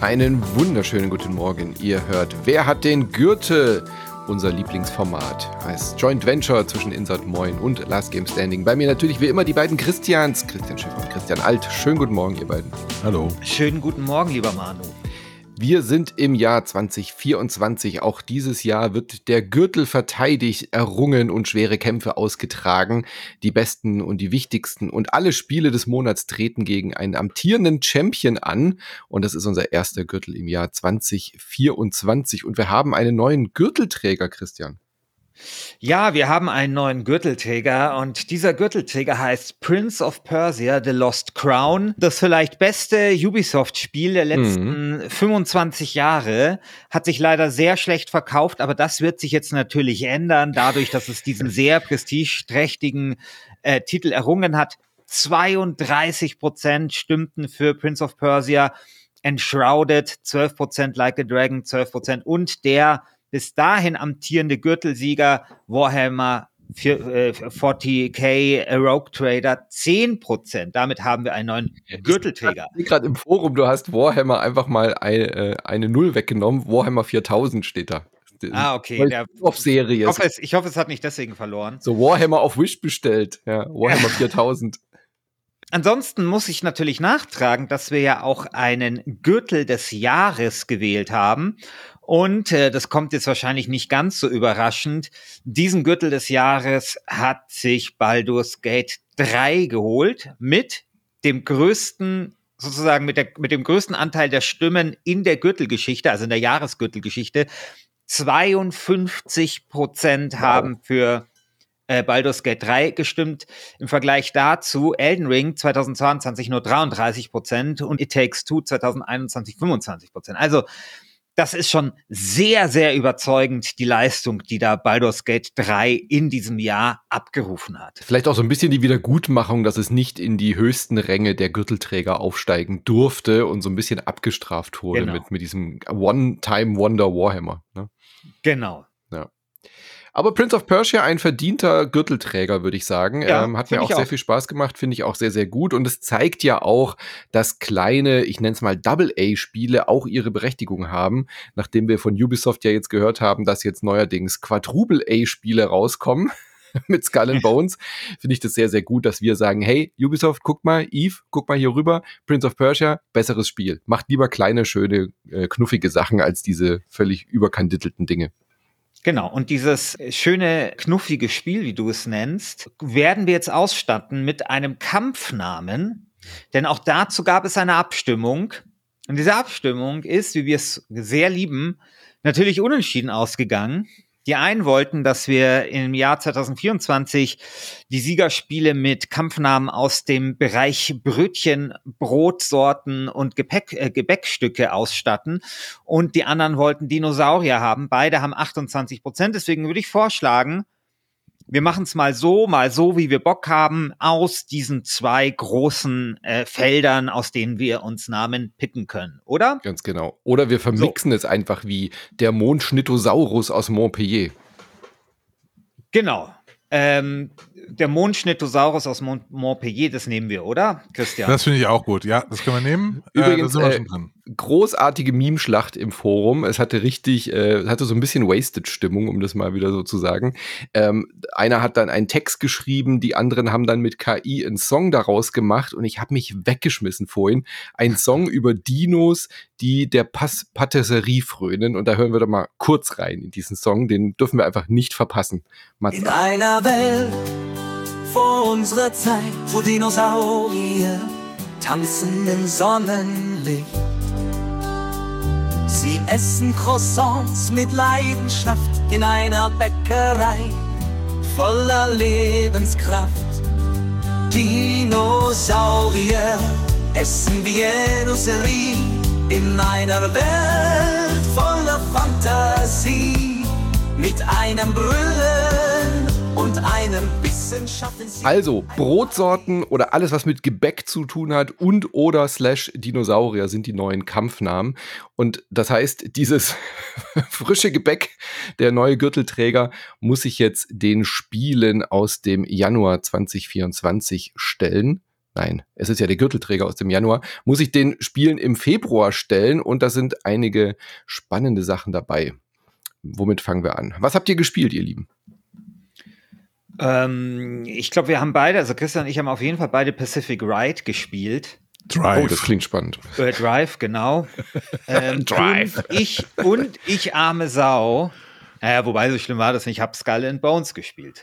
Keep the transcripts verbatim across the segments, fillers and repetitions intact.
Einen wunderschönen guten Morgen. Ihr hört Wer hat den Gürtel? Unser Lieblingsformat als Joint Venture zwischen Insert Moin und Last Game Standing. Bei mir natürlich wie immer die beiden Christians, Christian Schiffer und Christian Alt. Schönen guten Morgen, ihr beiden. Hallo. Schönen guten Morgen, lieber Manu. Wir sind im Jahr zwanzig vierundzwanzig. Auch dieses Jahr wird der Gürtel verteidigt, errungen und schwere Kämpfe ausgetragen. Die besten und die wichtigsten und alle Spiele des Monats treten gegen einen amtierenden Champion an. Und das ist unser erster Gürtel im Jahr zwanzig vierundzwanzig. Und wir haben einen neuen Gürtelträger, Christian. Ja, wir haben einen neuen Gürtelträger und dieser Gürtelträger heißt Prince of Persia: The Lost Crown. Das vielleicht beste Ubisoft-Spiel der letzten mhm. fünfundzwanzig Jahre, hat sich leider sehr schlecht verkauft, aber das wird sich jetzt natürlich ändern, dadurch, dass es diesen sehr prestigeträchtigen äh, Titel errungen hat. zweiunddreißig Prozent stimmten für Prince of Persia, Enshrouded zwölf Prozent, Like a Dragon zwölf Prozent und der bis dahin amtierende Gürtelsieger Warhammer vierzig K Rogue Trader zehn Prozent. Damit haben wir einen neuen Gürtelträger. Ich gerade im Forum, du hast Warhammer einfach mal eine, eine Null weggenommen. Warhammer viertausend steht da. Ah, okay. Der, Serie. Ich hoffe, es, ich hoffe, es hat nicht deswegen verloren. So Warhammer auf Wish bestellt. Ja, Warhammer viertausend. Ansonsten muss ich natürlich nachtragen, dass wir ja auch einen Gürtel des Jahres gewählt haben. Und äh, das kommt jetzt wahrscheinlich nicht ganz so überraschend. Diesen Gürtel des Jahres hat sich Baldur's Gate drei geholt mit dem größten, sozusagen mit, der, mit dem größten Anteil der Stimmen in der Gürtelgeschichte, also in der Jahresgürtelgeschichte. zweiundfünfzig Prozent haben für äh, Baldur's Gate drei gestimmt. Im Vergleich dazu Elden Ring zweitausendzweiundzwanzig nur dreiunddreißig Prozent und It Takes Two zweitausendeinundzwanzig fünfundzwanzig Prozent. Also das ist schon sehr, sehr überzeugend, die Leistung, die da Baldur's Gate drei in diesem Jahr abgerufen hat. Vielleicht auch so ein bisschen die Wiedergutmachung, dass es nicht in die höchsten Ränge der Gürtelträger aufsteigen durfte und so ein bisschen abgestraft wurde genau. mit, mit diesem One-Time-Wonder Warhammer. Ne? Genau. Ja. Aber Prince of Persia, ein verdienter Gürtelträger, würde ich sagen. Ja, ähm, hat mir auch sehr viel Spaß gemacht, finde ich auch sehr, sehr gut. Und es zeigt ja auch, dass kleine, ich nenne es mal Double-A-Spiele auch ihre Berechtigung haben. Nachdem wir von Ubisoft ja jetzt gehört haben, dass jetzt neuerdings Quadruple-A-Spiele rauskommen mit Skull and Bones, finde ich das sehr, sehr gut, dass wir sagen, hey, Ubisoft, guck mal, Eve, guck mal hier rüber, Prince of Persia, besseres Spiel. Macht lieber kleine, schöne, äh, knuffige Sachen als diese völlig überkandidelten Dinge. Genau, und dieses schöne, knuffige Spiel, wie du es nennst, werden wir jetzt ausstatten mit einem Kampfnamen, denn auch dazu gab es eine Abstimmung. Und diese Abstimmung ist, wie wir es sehr lieben, natürlich unentschieden ausgegangen. Die einen wollten, dass wir im Jahr zwanzig vierundzwanzig die Siegerspiele mit Kampfnamen aus dem Bereich Brötchen, Brotsorten und Gepäck, äh, Gebäckstücke ausstatten. Und die anderen wollten Dinosaurier haben. Beide haben achtundzwanzig Prozent. Deswegen würde ich vorschlagen, wir machen es mal so, mal so, wie wir Bock haben, aus diesen zwei großen äh, Feldern, aus denen wir uns Namen picken können, oder? Ganz genau. Oder wir vermixen so. es einfach wie der Mondschnittosaurus aus Montpellier. Genau. Ähm, der Mondschnittosaurus aus Mont- Montpellier, das nehmen wir, oder, Christian? Das finde ich auch gut. Ja, das können wir nehmen. Übrigens, äh, da sind wir äh, schon drin. Großartige Meme-Schlacht im Forum. Es hatte richtig, äh, hatte so ein bisschen Wasted-Stimmung, um das mal wieder so zu sagen. Ähm, einer hat dann einen Text geschrieben, die anderen haben dann mit K I einen Song daraus gemacht und ich habe mich weggeschmissen vorhin. Ein Song über Dinos, die der Pass- Patisserie frönen und da hören wir doch mal kurz rein in diesen Song. Den dürfen wir einfach nicht verpassen. Mats. In einer Welt vor unserer Zeit, wo Dinosaurier tanzen im Sonnenlicht. Sie essen Croissants mit Leidenschaft in einer Bäckerei voller Lebenskraft. Dinosaurier essen wie Genusserie in einer Welt voller Fantasie. Mit einem Brüllen und einem Bissen schaffen sie... Also, Brotsorten oder alles, was mit Gebäck zu tun hat und oder slash Dinosaurier sind die neuen Kampfnamen. Und das heißt, dieses frische Gebäck, der neue Gürtelträger, muss sich jetzt den Spielen aus dem Januar zwanzig vierundzwanzig stellen. nein, es ist ja der Gürtelträger aus dem Januar, muss ich den Spielen im Februar stellen und da sind einige spannende Sachen dabei. Womit fangen wir an? Was habt ihr gespielt, ihr Lieben? Ähm, ich glaube, wir haben beide, also Christian und ich haben auf jeden Fall beide Pacific Ride gespielt. Drive. Oh, das klingt spannend. Äh, Drive, genau. Ähm, Drive. Und ich, und ich arme Sau. Naja, wobei so schlimm war das nicht. Ich habe Skull and Bones gespielt.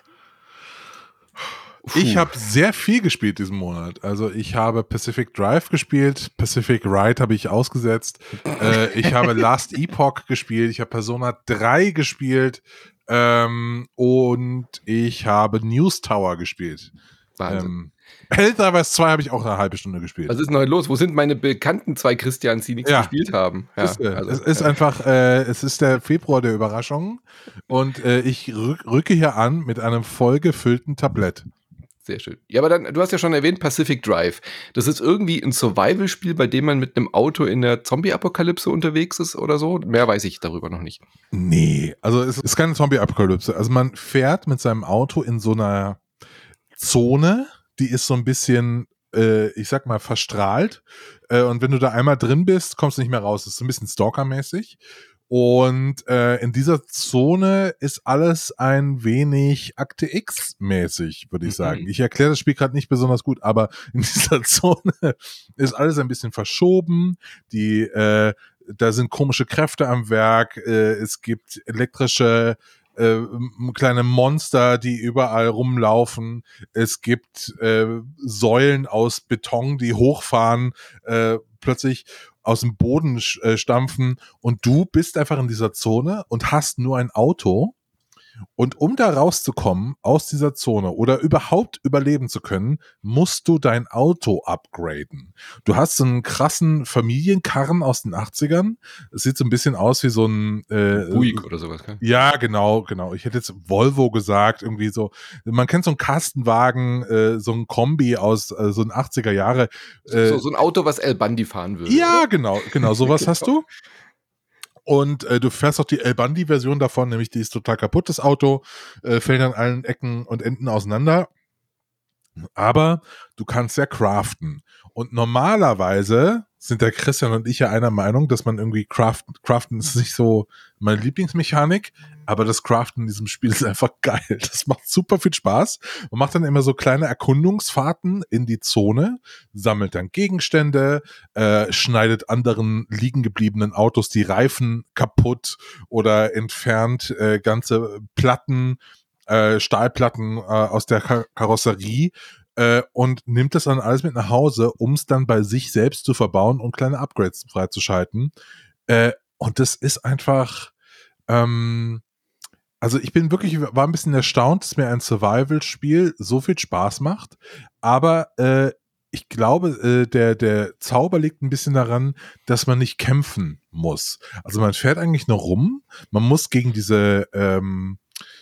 Ich habe sehr viel gespielt diesen Monat. Also ich habe Pacific Drive gespielt, Pacific Ride habe ich ausgesetzt. äh, ich habe Last Epoch gespielt, ich habe Persona drei gespielt ähm, und ich habe News Tower gespielt. Wahnsinn. Ähm, Helldivers zwei habe ich auch eine halbe Stunde gespielt. Was ist denn heute los? Wo sind meine bekannten zwei Christians, die nichts Ja. gespielt haben? Ja, es, äh, also, es ist ja. einfach, äh, es ist der Februar der Überraschungen und äh, ich rück, rücke hier an mit einem vollgefüllten Tablett. Sehr schön. Ja, aber dann, du hast ja schon erwähnt, Pacific Drive. Das ist irgendwie ein Survival-Spiel, bei dem man mit einem Auto in der Zombie-Apokalypse unterwegs ist oder so. Mehr weiß ich darüber noch nicht. Nee, also es ist keine Zombie-Apokalypse. Also man fährt mit seinem Auto in so einer Zone, die ist so ein bisschen, äh, ich sag mal, verstrahlt. Äh, und wenn du da einmal drin bist, kommst du nicht mehr raus. Das ist so ein bisschen Stalker-mäßig. Und äh, in dieser Zone ist alles ein wenig Akte X-mäßig, würde ich Mhm. sagen. Ich erkläre das Spiel gerade nicht besonders gut, aber in dieser Zone ist alles ein bisschen verschoben. Die, äh, da sind komische Kräfte am Werk. Äh, es gibt elektrische äh, kleine Monster, die überall rumlaufen. Es gibt äh, Säulen aus Beton, die hochfahren, äh, plötzlich aus dem Boden äh, stampfen und du bist einfach in dieser Zone und hast nur ein Auto und um da rauszukommen aus dieser Zone oder überhaupt überleben zu können, musst du dein Auto upgraden. Du hast so einen krassen Familienkarren aus den achtzigern. Es sieht so ein bisschen aus wie so ein äh, Buick oder sowas, gell? Ja, genau, genau. Ich hätte jetzt Volvo gesagt, irgendwie so. Man kennt so einen Kastenwagen, äh, so ein Kombi aus äh, so ein achtziger Jahre. Äh, So, so ein Auto, was El Bandi fahren würde. ja, oder? genau, genau, sowas hast du. Und äh, du fährst auch die El Bandi-Version davon, nämlich die ist total kaputt, das Auto, äh, fällt an allen Ecken und Enden auseinander. Aber du kannst ja craften. Und normalerweise sind der Christian und ich ja einer Meinung, dass man irgendwie craften, craften ist nicht so meine Lieblingsmechanik, aber das Craften in diesem Spiel ist einfach geil. Das macht super viel Spaß. Man macht dann immer so kleine Erkundungsfahrten in die Zone, sammelt dann Gegenstände, äh, schneidet anderen liegen gebliebenen Autos die Reifen kaputt oder entfernt äh, ganze Platten, äh, Stahlplatten äh, aus der Kar- Karosserie äh, und nimmt das dann alles mit nach Hause, um es dann bei sich selbst zu verbauen und kleine Upgrades freizuschalten. Äh, und das ist einfach ähm, also ich bin wirklich, war ein bisschen erstaunt, dass mir ein Survival-Spiel so viel Spaß macht, aber äh, ich glaube, äh, der, der Zauber liegt ein bisschen daran, dass man nicht kämpfen muss. Also man fährt eigentlich nur rum, man muss gegen diese ähm,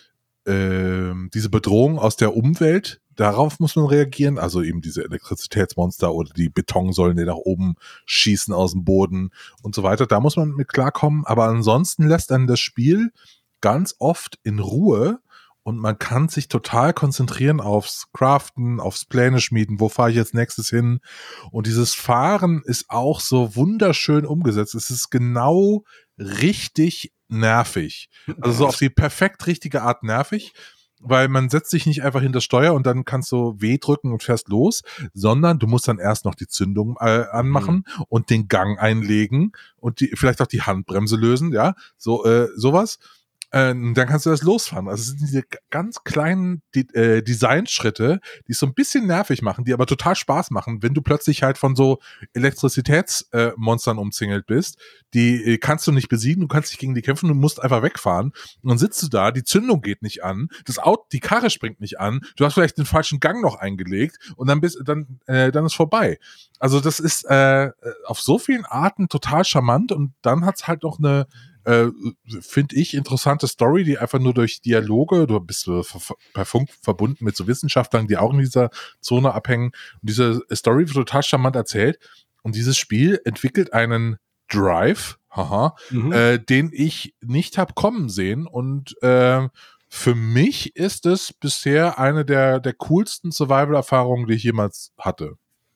ähm, diese Bedrohung aus der Umwelt, darauf muss man reagieren, also eben diese Elektrizitätsmonster oder die Betonsäulen, die nach oben schießen aus dem Boden und so weiter, da muss man mit klarkommen, aber ansonsten lässt einen das Spiel ganz oft in Ruhe und man kann sich total konzentrieren aufs Craften, aufs Pläne schmieden, wo fahre ich jetzt nächstes hin und dieses Fahren ist auch so wunderschön umgesetzt, es ist genau richtig nervig, also so auf die perfekt richtige Art nervig, weil man setzt sich nicht einfach hinter Steuer und dann kannst du W drücken und fährst los, sondern du musst dann erst noch die Zündung äh, anmachen mhm. und den Gang einlegen und die, vielleicht auch die Handbremse lösen, ja, so äh, sowas. Dann kannst du das losfahren. Also es sind diese ganz kleinen die, äh, Designschritte, die es so ein bisschen nervig machen, die aber total Spaß machen, wenn du plötzlich halt von so Elektrizitätsmonstern äh, umzingelt bist. Die äh, kannst du nicht besiegen, du kannst nicht gegen die kämpfen, du musst einfach wegfahren. Und dann sitzt du da, die Zündung geht nicht an, das Auto, die Karre springt nicht an, du hast vielleicht den falschen Gang noch eingelegt und dann bist dann äh, dann ist vorbei. Also das ist äh, auf so vielen Arten total charmant und dann hat's halt noch eine Äh, finde ich, interessante Story, die einfach nur durch Dialoge, du bist äh, per Funk verbunden mit so Wissenschaftlern, die auch in dieser Zone abhängen. Und diese Story wird total charmant erzählt. Und dieses Spiel entwickelt einen Drive, haha, mhm. äh, den ich nicht habe kommen sehen. Und äh, für mich ist es bisher eine der, der coolsten Survival-Erfahrungen, die ich jemals hatte.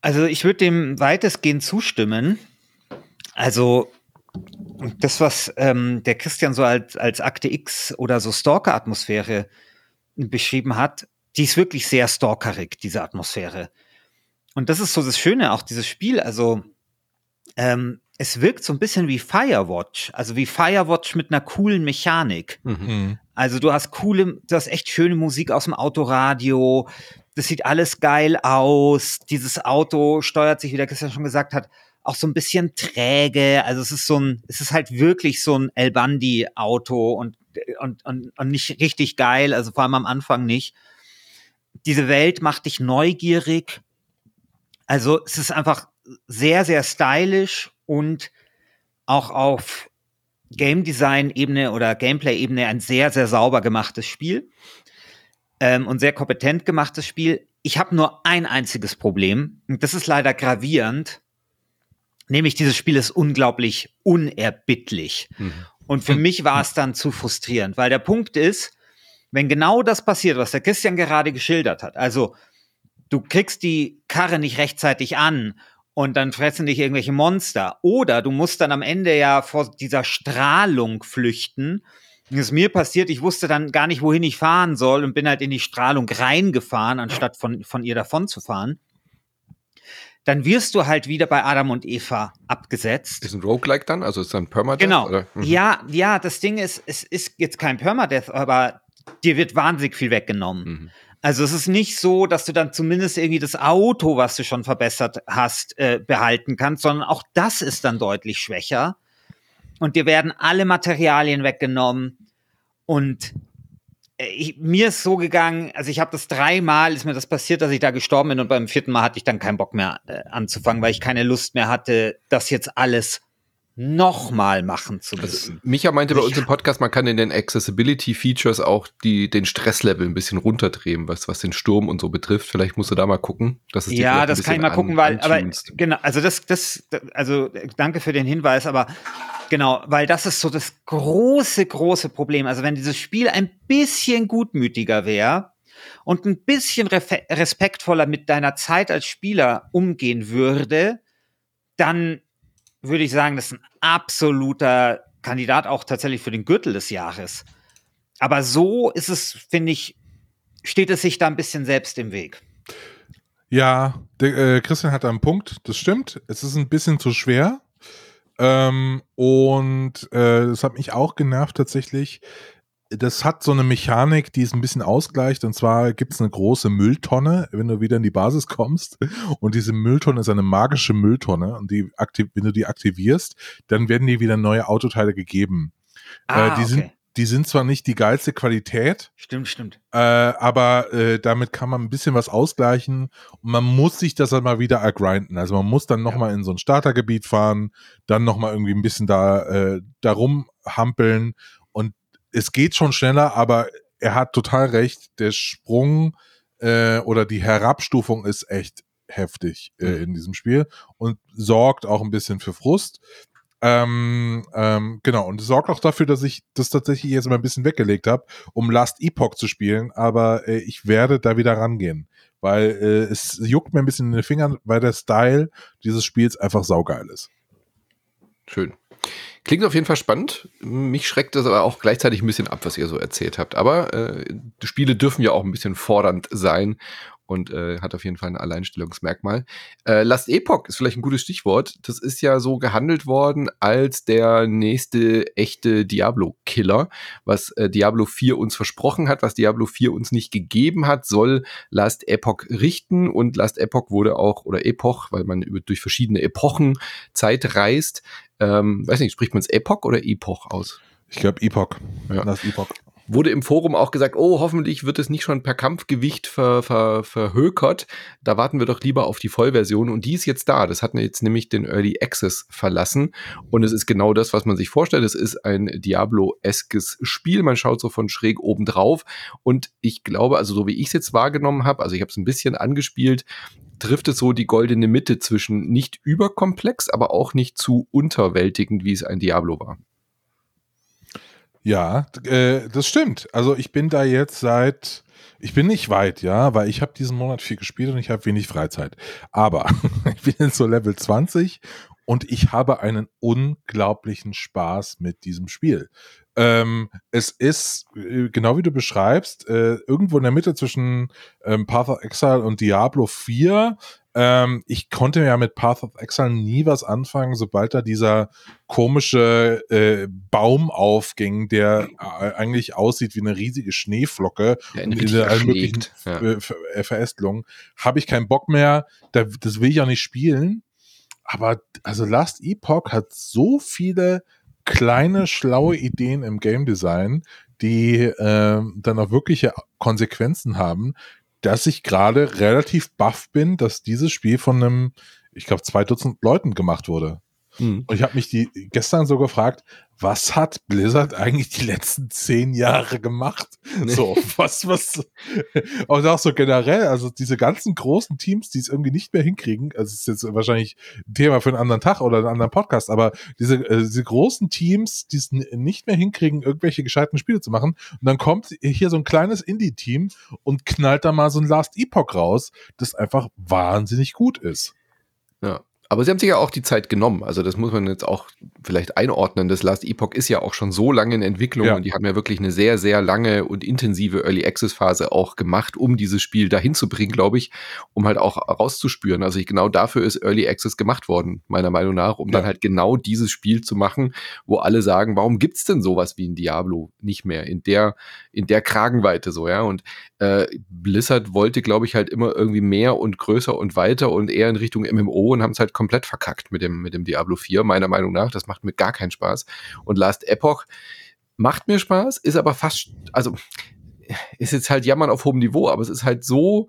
Also ich würde dem weitestgehend zustimmen. Also das, was ähm, der Christian so als, als Akte X oder so Stalker-Atmosphäre beschrieben hat, die ist wirklich sehr stalkerig, diese Atmosphäre. Und das ist so das Schöne, auch dieses Spiel, also ähm, es wirkt so ein bisschen wie Firewatch, also wie Firewatch mit einer coolen Mechanik. Mhm. Also du hast coole, du hast echt schöne Musik aus dem Autoradio, das sieht alles geil aus, dieses Auto steuert sich, wie der Christian schon gesagt hat, auch so ein bisschen träge, also es ist so ein, es ist halt wirklich so ein El Bandi-Auto und, und, und, und nicht richtig geil, also vor allem am Anfang nicht. Diese Welt macht dich neugierig, also es ist einfach sehr, sehr stylisch und auch auf Game Design-Ebene oder Gameplay-Ebene ein sehr, sehr sauber gemachtes Spiel ähm, und sehr kompetent gemachtes Spiel. Ich habe nur ein einziges Problem und das ist leider gravierend, nämlich dieses Spiel ist unglaublich unerbittlich. Mhm. Und für mhm. mich war es dann zu frustrierend, weil der Punkt ist, wenn genau das passiert, was der Christian gerade geschildert hat, also du kriegst die Karre nicht rechtzeitig an und dann fressen dich irgendwelche Monster. Oder du musst dann am Ende ja vor dieser Strahlung flüchten. Das ist mir passiert, ich wusste dann gar nicht, wohin ich fahren soll und bin halt in die Strahlung reingefahren, anstatt von, von ihr davon zu fahren. Dann wirst du halt wieder bei Adam und Eva abgesetzt. Ist ein Roguelike dann? Also ist es ein Permadeath? Genau. Oder? Mhm. Ja, ja, das Ding ist, es ist jetzt kein Permadeath, aber dir wird wahnsinnig viel weggenommen. Mhm. Also es ist nicht so, dass du dann zumindest irgendwie das Auto, was du schon verbessert hast, äh, behalten kannst, sondern auch das ist dann deutlich schwächer. Und dir werden alle Materialien weggenommen. Und äh, ich, mir ist so gegangen, also ich habe das dreimal, ist mir das passiert, dass ich da gestorben bin und beim vierten Mal hatte ich dann keinen Bock mehr äh, anzufangen, weil ich keine Lust mehr hatte, das jetzt alles nochmal machen zu müssen. Also, Micha meinte bei uns im Podcast, man kann in den Accessibility-Features auch die, den Stresslevel ein bisschen runterdrehen, was, was den Sturm und so betrifft. Vielleicht musst du da mal gucken. Dass es ja, das kann ich mal an, gucken, weil, aber genau, also das, das, also danke für den Hinweis, aber genau, weil das ist so das große, große Problem. Also wenn dieses Spiel ein bisschen gutmütiger wäre und ein bisschen re- respektvoller mit deiner Zeit als Spieler umgehen würde, dann würde ich sagen, das ist ein absoluter Kandidat auch tatsächlich für den Gürtel des Jahres. Aber so ist es, finde ich, steht es sich da ein bisschen selbst im Weg. Ja, der, äh, Christian hat einen Punkt, das stimmt. Es ist ein bisschen zu schwer. Ähm, und äh, das hat mich auch genervt tatsächlich. Das hat so eine Mechanik, die es ein bisschen ausgleicht. Und zwar gibt es eine große Mülltonne, wenn du wieder in die Basis kommst. Und diese Mülltonne ist eine magische Mülltonne. Und die aktiv- wenn du die aktivierst, dann werden dir wieder neue Autoteile gegeben. Ah, äh, die, okay. sind, die sind zwar nicht die geilste Qualität. Stimmt, stimmt. Äh, aber äh, damit kann man ein bisschen was ausgleichen. Und man muss sich das halt mal wieder ergrinden. Also man muss dann nochmal ja. in so ein Startergebiet fahren, dann nochmal irgendwie ein bisschen da, äh, da rumhampeln. Und es geht schon schneller, aber er hat total recht. Der Sprung äh, oder die Herabstufung ist echt heftig äh, mhm. in diesem Spiel und sorgt auch ein bisschen für Frust. Ähm, ähm, genau, und sorgt auch dafür, dass ich das tatsächlich jetzt mal ein bisschen weggelegt habe, um Last Epoch zu spielen, aber äh, ich werde da wieder rangehen, weil äh, es juckt mir ein bisschen in den Fingern, weil der Style dieses Spiels einfach saugeil ist. Schön. Klingt auf jeden Fall spannend. Mich schreckt das aber auch gleichzeitig ein bisschen ab, was ihr so erzählt habt. Aber äh, die Spiele dürfen ja auch ein bisschen fordernd sein und äh, hat auf jeden Fall ein Alleinstellungsmerkmal. Äh, Last Epoch ist vielleicht ein gutes Stichwort. Das ist ja so gehandelt worden als der nächste echte Diablo-Killer. Was äh, Diablo vier uns versprochen hat, was Diablo vier uns nicht gegeben hat, soll Last Epoch richten. Und Last Epoch wurde auch, oder Epoch, weil man über, durch verschiedene Epochen Zeit reist. Ähm, weiß nicht, spricht man es Epoch oder Epoch aus? Ich glaube Epoch. Ja. Das Epoch. Wurde im Forum auch gesagt, oh, hoffentlich wird es nicht schon per Kampfgewicht ver, ver, verhökert. Da warten wir doch lieber auf die Vollversion. Und die ist jetzt da. Das hat jetzt nämlich den Early Access verlassen. Und es ist genau das, was man sich vorstellt. Es ist ein Diablo-eskes Spiel. Man schaut so von schräg oben drauf. Und ich glaube, also so wie ich es jetzt wahrgenommen habe, also ich habe es ein bisschen angespielt, trifft es so die goldene Mitte zwischen nicht überkomplex, aber auch nicht zu unterwältigend, wie es ein Diablo war. Ja, äh, das stimmt. Also ich bin da jetzt seit Ich bin nicht weit, ja, weil ich habe diesen Monat viel gespielt und ich habe wenig Freizeit. Aber ich bin jetzt so Level zwanzig und ich habe einen unglaublichen Spaß mit diesem Spiel. Ähm, es ist, äh, genau wie du beschreibst, äh, irgendwo in der Mitte zwischen ähm, Path of Exile und Diablo vier. Ähm, ich konnte ja mit Path of Exile nie was anfangen, sobald da dieser komische äh, Baum aufging, der äh, eigentlich aussieht wie eine riesige Schneeflocke Ja, und richtig diese allen möglichen erschlägt, ja. äh, Ver äh, Verästelungen. Habe ich keinen Bock mehr, da, das will ich auch nicht spielen. Aber also Last Epoch hat so viele kleine, schlaue Ideen im Game Design, die äh, dann auch wirkliche Konsequenzen haben, dass ich gerade relativ baff bin, dass dieses Spiel von einem, ich glaube, zwei Dutzend Leuten gemacht wurde. Mhm. Und ich habe mich die gestern so gefragt, was hat Blizzard eigentlich die letzten zehn Jahre gemacht? Nee. So, was, was, und auch so generell, also diese ganzen großen Teams, die es irgendwie nicht mehr hinkriegen, also es ist jetzt wahrscheinlich ein Thema für einen anderen Tag oder einen anderen Podcast, aber diese, äh, diese großen Teams, die es n- nicht mehr hinkriegen, irgendwelche gescheiten Spiele zu machen, und dann kommt hier so ein kleines Indie-Team und knallt da mal so ein Last Epoch raus, das einfach wahnsinnig gut ist. Ja. Aber sie haben sich ja auch die Zeit genommen. Also das muss man jetzt auch vielleicht einordnen. Das Last Epoch ist ja auch schon so lange in Entwicklung Ja. und die haben ja wirklich eine sehr, sehr lange und intensive Early Access Phase auch gemacht, um dieses Spiel dahin zu bringen, glaube ich, um halt auch rauszuspüren. Also ich, genau dafür ist Early Access gemacht worden, meiner Meinung nach, um Ja. dann halt genau dieses Spiel zu machen, wo alle sagen, warum gibt's denn sowas wie ein Diablo nicht mehr in der, in der Kragenweite so, ja? Und äh, Blizzard wollte, glaube ich, halt immer irgendwie mehr und größer und weiter und eher in Richtung M M O und haben es halt komplett verkackt mit dem, mit dem Diablo vier, meiner Meinung nach. Das macht mir gar keinen Spaß. Und Last Epoch macht mir Spaß, ist aber fast, also ist jetzt halt Jammern auf hohem Niveau, aber es ist halt so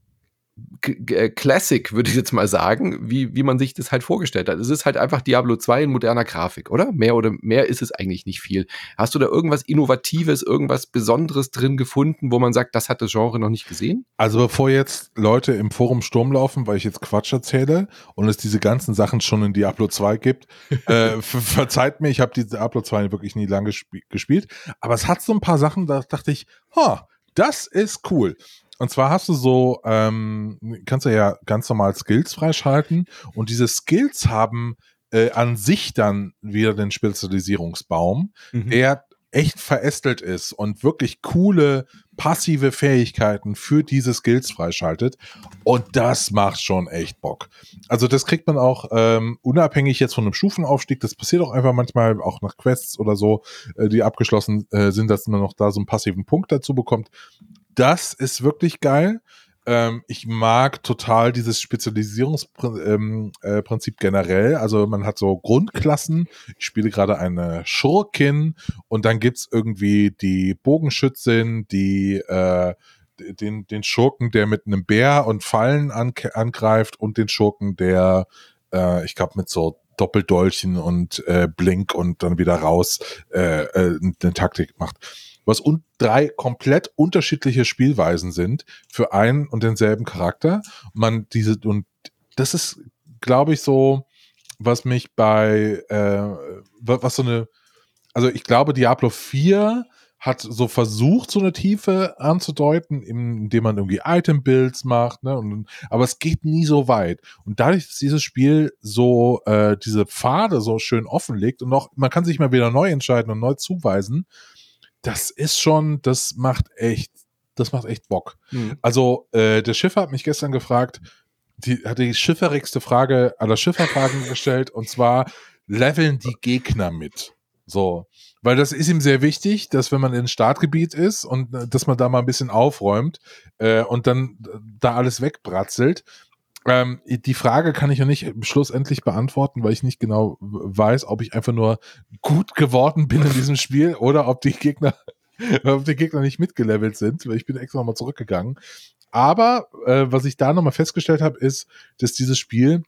K- äh, Classic, würde ich jetzt mal sagen, wie, wie man sich das halt vorgestellt hat. Es ist halt einfach Diablo zwei in moderner Grafik, oder? Mehr oder mehr ist es eigentlich nicht viel. Hast du da irgendwas Innovatives, irgendwas Besonderes drin gefunden, wo man sagt, das hat das Genre noch nicht gesehen? Also bevor jetzt Leute im Forum Sturm laufen, weil ich jetzt Quatsch erzähle und es diese ganzen Sachen schon in Diablo zwei gibt, äh, ver verzeiht mir, ich habe die Diablo zwei wirklich nie lange gesp gespielt, aber es hat so ein paar Sachen, da dachte ich, ha, das ist cool. Und zwar hast du so, ähm, kannst du ja ganz normal Skills freischalten und diese Skills haben äh, an sich dann wieder den Spezialisierungsbaum, Mhm. der echt verästelt ist und wirklich coole passive Fähigkeiten für diese Skills freischaltet. Und das macht schon echt Bock. Also das kriegt man auch ähm, unabhängig jetzt von einem Stufenaufstieg. Das passiert auch einfach manchmal auch nach Quests oder so, äh, die abgeschlossen äh, sind, dass man noch da so einen passiven Punkt dazu bekommt. Das ist wirklich geil. Ähm, ich mag total dieses Spezialisierungsprinzip ähm, äh, Prinzip generell. Also man hat so Grundklassen. Ich spiele gerade eine Schurkin und dann gibt's irgendwie die Bogenschützin, die äh, den, den Schurken, der mit einem Bär und Fallen an, angreift und den Schurken, der äh, ich glaube mit so Doppeldolchen und äh, Blink und dann wieder raus äh, äh, eine Taktik macht. Was un drei komplett unterschiedliche Spielweisen sind für einen und denselben Charakter. Man diese und das ist, glaube ich, so, was mich bei äh, was so eine, also ich glaube, Diablo vier hat so versucht, so eine Tiefe anzudeuten, indem man irgendwie Item-Builds macht, ne? Und, aber es geht nie so weit. Und dadurch, dass dieses Spiel so äh, diese Pfade so schön offenlegt und auch, man kann sich mal wieder neu entscheiden und neu zuweisen, das ist schon, das macht echt, das macht echt Bock. Mhm. Also, äh, der Schiffer hat mich gestern gefragt, die hat die schifferigste Frage aller Schifferfragen gestellt, und zwar, leveln die Gegner mit? So. Weil das ist ihm sehr wichtig, dass wenn man in Startgebiet ist und äh, dass man da mal ein bisschen aufräumt äh, und dann äh, da alles wegbratzelt. Ähm, die Frage kann ich ja nicht schlussendlich beantworten, weil ich nicht genau weiß, ob ich einfach nur gut geworden bin in diesem Spiel oder ob die Gegner, ob die Gegner nicht mitgelevelt sind, weil ich bin extra nochmal zurückgegangen. Aber äh, was ich da nochmal festgestellt habe, ist, dass dieses Spiel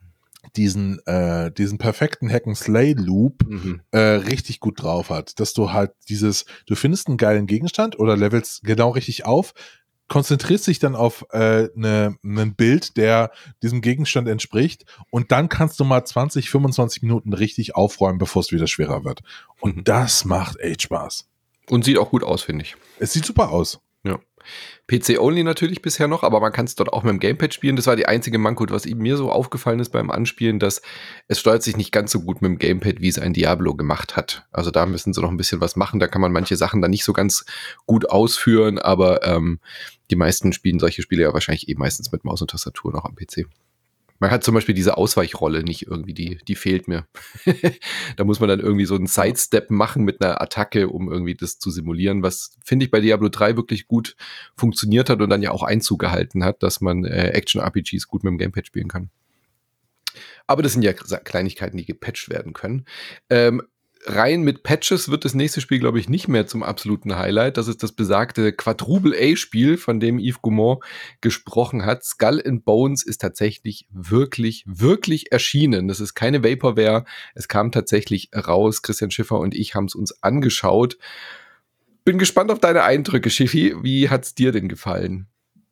diesen äh, diesen perfekten Hack-and-Slay-Loop Mhm. äh, richtig gut drauf hat, dass du halt dieses, du findest einen geilen Gegenstand oder levelst genau richtig auf, konzentrierst dich dann auf äh, ne, ein Bild, der diesem Gegenstand entspricht, und dann kannst du mal zwanzig, fünfundzwanzig Minuten richtig aufräumen, bevor es wieder schwerer wird. Und Mhm. das macht echt Spaß. Und sieht auch gut aus, finde ich. Es sieht super aus. Ja. P C-only natürlich bisher noch, aber man kann es dort auch mit dem Gamepad spielen. Das war die einzige Manko, was eben mir so aufgefallen ist beim Anspielen, dass es steuert sich nicht ganz so gut mit dem Gamepad, wie es ein Diablo gemacht hat. Also da müssen sie noch ein bisschen was machen. Da kann man manche Sachen dann nicht so ganz gut ausführen, aber ähm, die meisten spielen solche Spiele ja wahrscheinlich eh meistens mit Maus und Tastatur noch am P C. Man hat zum Beispiel diese Ausweichrolle nicht irgendwie, die, die fehlt mir. Da muss man dann irgendwie so einen Sidestep machen mit einer Attacke, um irgendwie das zu simulieren, was, finde ich, bei Diablo drei wirklich gut funktioniert hat und dann ja auch Einzug gehalten hat, dass man äh, Action-R P Gs gut mit dem Gamepad spielen kann. Aber das sind ja Kleinigkeiten, die gepatcht werden können. Ähm, rein mit Patches wird das nächste Spiel, glaube ich, nicht mehr zum absoluten Highlight. Das ist das besagte Quadruple-A-Spiel, von dem Yves Guillemot gesprochen hat. Skull and Bones ist tatsächlich wirklich, wirklich erschienen. Das ist keine Vaporware. Es kam tatsächlich raus. Christian Schiffer und ich haben es uns angeschaut. Bin gespannt auf deine Eindrücke, Schiffi. Wie hat's dir denn gefallen?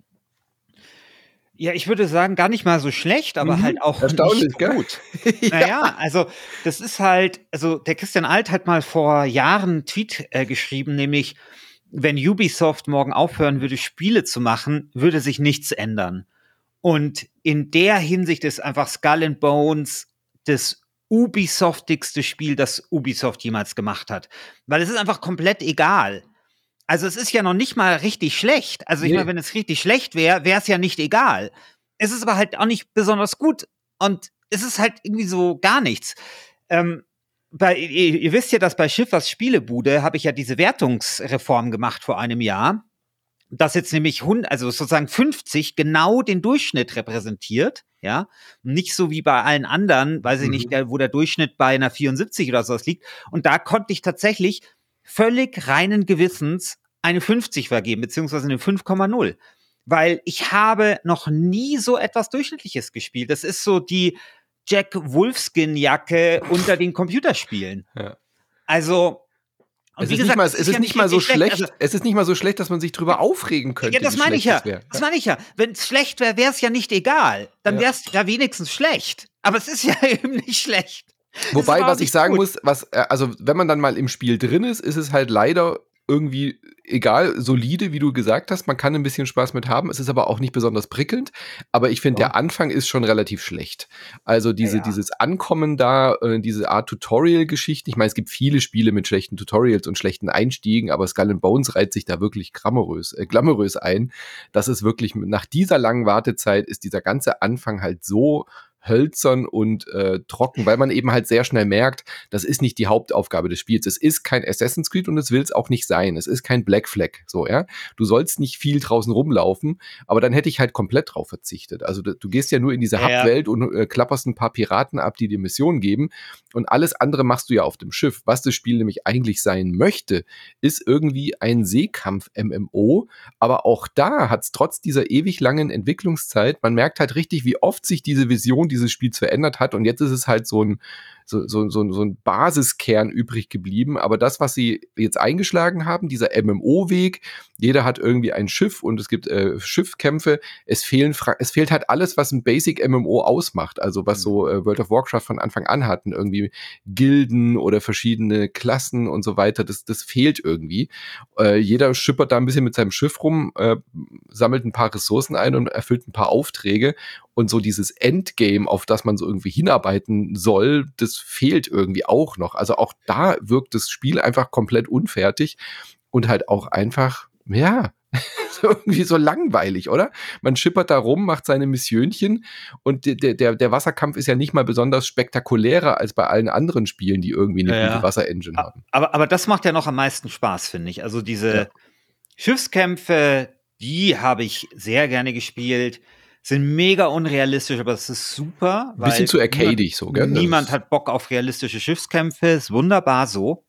Ja, ich würde sagen, gar nicht mal so schlecht, aber Mhm. halt auch Erstaunlich, nicht gell? gut. Naja, also das ist halt, also der Christian Alt hat mal vor Jahren einen Tweet äh, geschrieben, nämlich, wenn Ubisoft morgen aufhören würde, Spiele zu machen, würde sich nichts ändern. Und in der Hinsicht ist einfach Skull and Bones das Ubisoftigste Spiel, das Ubisoft jemals gemacht hat. Weil es ist einfach komplett egal. Also es ist ja noch nicht mal richtig schlecht. Also ich Nee. meine, wenn es richtig schlecht wäre, wäre es ja nicht egal. Es ist aber halt auch nicht besonders gut. Und es ist halt irgendwie so gar nichts. Ähm, bei, ihr, ihr wisst ja, dass bei Schiffers Spielebude habe ich ja diese Wertungsreform gemacht vor einem Jahr. Das jetzt nämlich hundert, also sozusagen fünfzig genau den Durchschnitt repräsentiert. Ja, nicht so wie bei allen anderen, weiß ich Mhm. nicht, der, wo der Durchschnitt bei einer vierundsiebzig oder sowas liegt. Und da konnte ich tatsächlich völlig reinen Gewissens eine fünfzig vergeben, beziehungsweise eine fünf Komma null. Weil ich habe noch nie so etwas Durchschnittliches gespielt. Das ist so die Jack Wolfskin-Jacke unter den Computerspielen. Ja. Also, und Es wie ist, gesagt, nicht mal, das es ist ja nicht mal so richtig schlecht, Also, es ist nicht mal so schlecht, dass man sich drüber aufregen könnte. ja, das wie meine ich schlecht ja. es wär. Das meine ich ja. Wenn es schlecht wäre, wäre es ja nicht egal. Dann Ja. wäre es ja wenigstens schlecht. Aber es ist ja eben nicht schlecht. Es Wobei, ist aber was auch ich nicht sagen gut. muss, was, äh, also wenn man dann mal im Spiel drin ist, ist es halt leider irgendwie egal, solide, wie du gesagt hast. Man kann ein bisschen Spaß mit haben. Es ist aber auch nicht besonders prickelnd. Aber ich finde, Ja. der Anfang ist schon relativ schlecht. Also diese, Ja, ja. dieses Ankommen da, äh, diese Art Tutorial-Geschichten. Ich meine, es gibt viele Spiele mit schlechten Tutorials und schlechten Einstiegen, aber Skull and Bones reiht sich da wirklich glamourös, äh, glamourös ein. Das ist wirklich, nach dieser langen Wartezeit ist dieser ganze Anfang halt so hölzern und äh, trocken, weil man eben halt sehr schnell merkt, das ist nicht die Hauptaufgabe des Spiels. Es ist kein Assassin's Creed und es will es auch nicht sein. Es ist kein Black Flag, so, ja. Du sollst nicht viel draußen rumlaufen, aber dann hätte ich halt komplett drauf verzichtet. Also du, du gehst ja nur in diese Ja, ja. Hub-Welt und äh, klapperst ein paar Piraten ab, die dir Missionen geben und alles andere machst du ja auf dem Schiff. Was das Spiel nämlich eigentlich sein möchte, ist irgendwie ein Seekampf-M M O, aber auch da hat es trotz dieser ewig langen Entwicklungszeit, man merkt halt richtig, wie oft sich diese Vision dieses Spiels verändert hat und jetzt ist es halt so ein so, so, so, so ein Basiskern übrig geblieben, aber das, was sie jetzt eingeschlagen haben, dieser M M O-Weg, jeder hat irgendwie ein Schiff und es gibt äh, Schiffkämpfe, es fehlen, Fra- es fehlt halt alles, was ein Basic-M M O ausmacht, also was so äh, World of Warcraft von Anfang an hatten, irgendwie Gilden oder verschiedene Klassen und so weiter, das, das fehlt irgendwie. Äh, jeder schippert da ein bisschen mit seinem Schiff rum, äh, sammelt ein paar Ressourcen ein und erfüllt ein paar Aufträge und so dieses Endgame, auf das man so irgendwie hinarbeiten soll, das fehlt irgendwie auch noch. Also auch da wirkt das Spiel einfach komplett unfertig und halt auch einfach, ja, irgendwie so langweilig, oder? Man schippert da rum, macht seine Missionchen und der, der, der Wasserkampf ist ja nicht mal besonders spektakulärer als bei allen anderen Spielen, die irgendwie eine Ja, gute ja. Wasserengine haben. Aber, aber das macht ja noch am meisten Spaß, finde ich. Also diese Ja. Schiffskämpfe, die habe ich sehr gerne gespielt. Sind mega unrealistisch, aber es ist super. Ein bisschen weil zu arcadig so, gell? Das Niemand ist- hat Bock auf realistische Schiffskämpfe. Ist wunderbar so.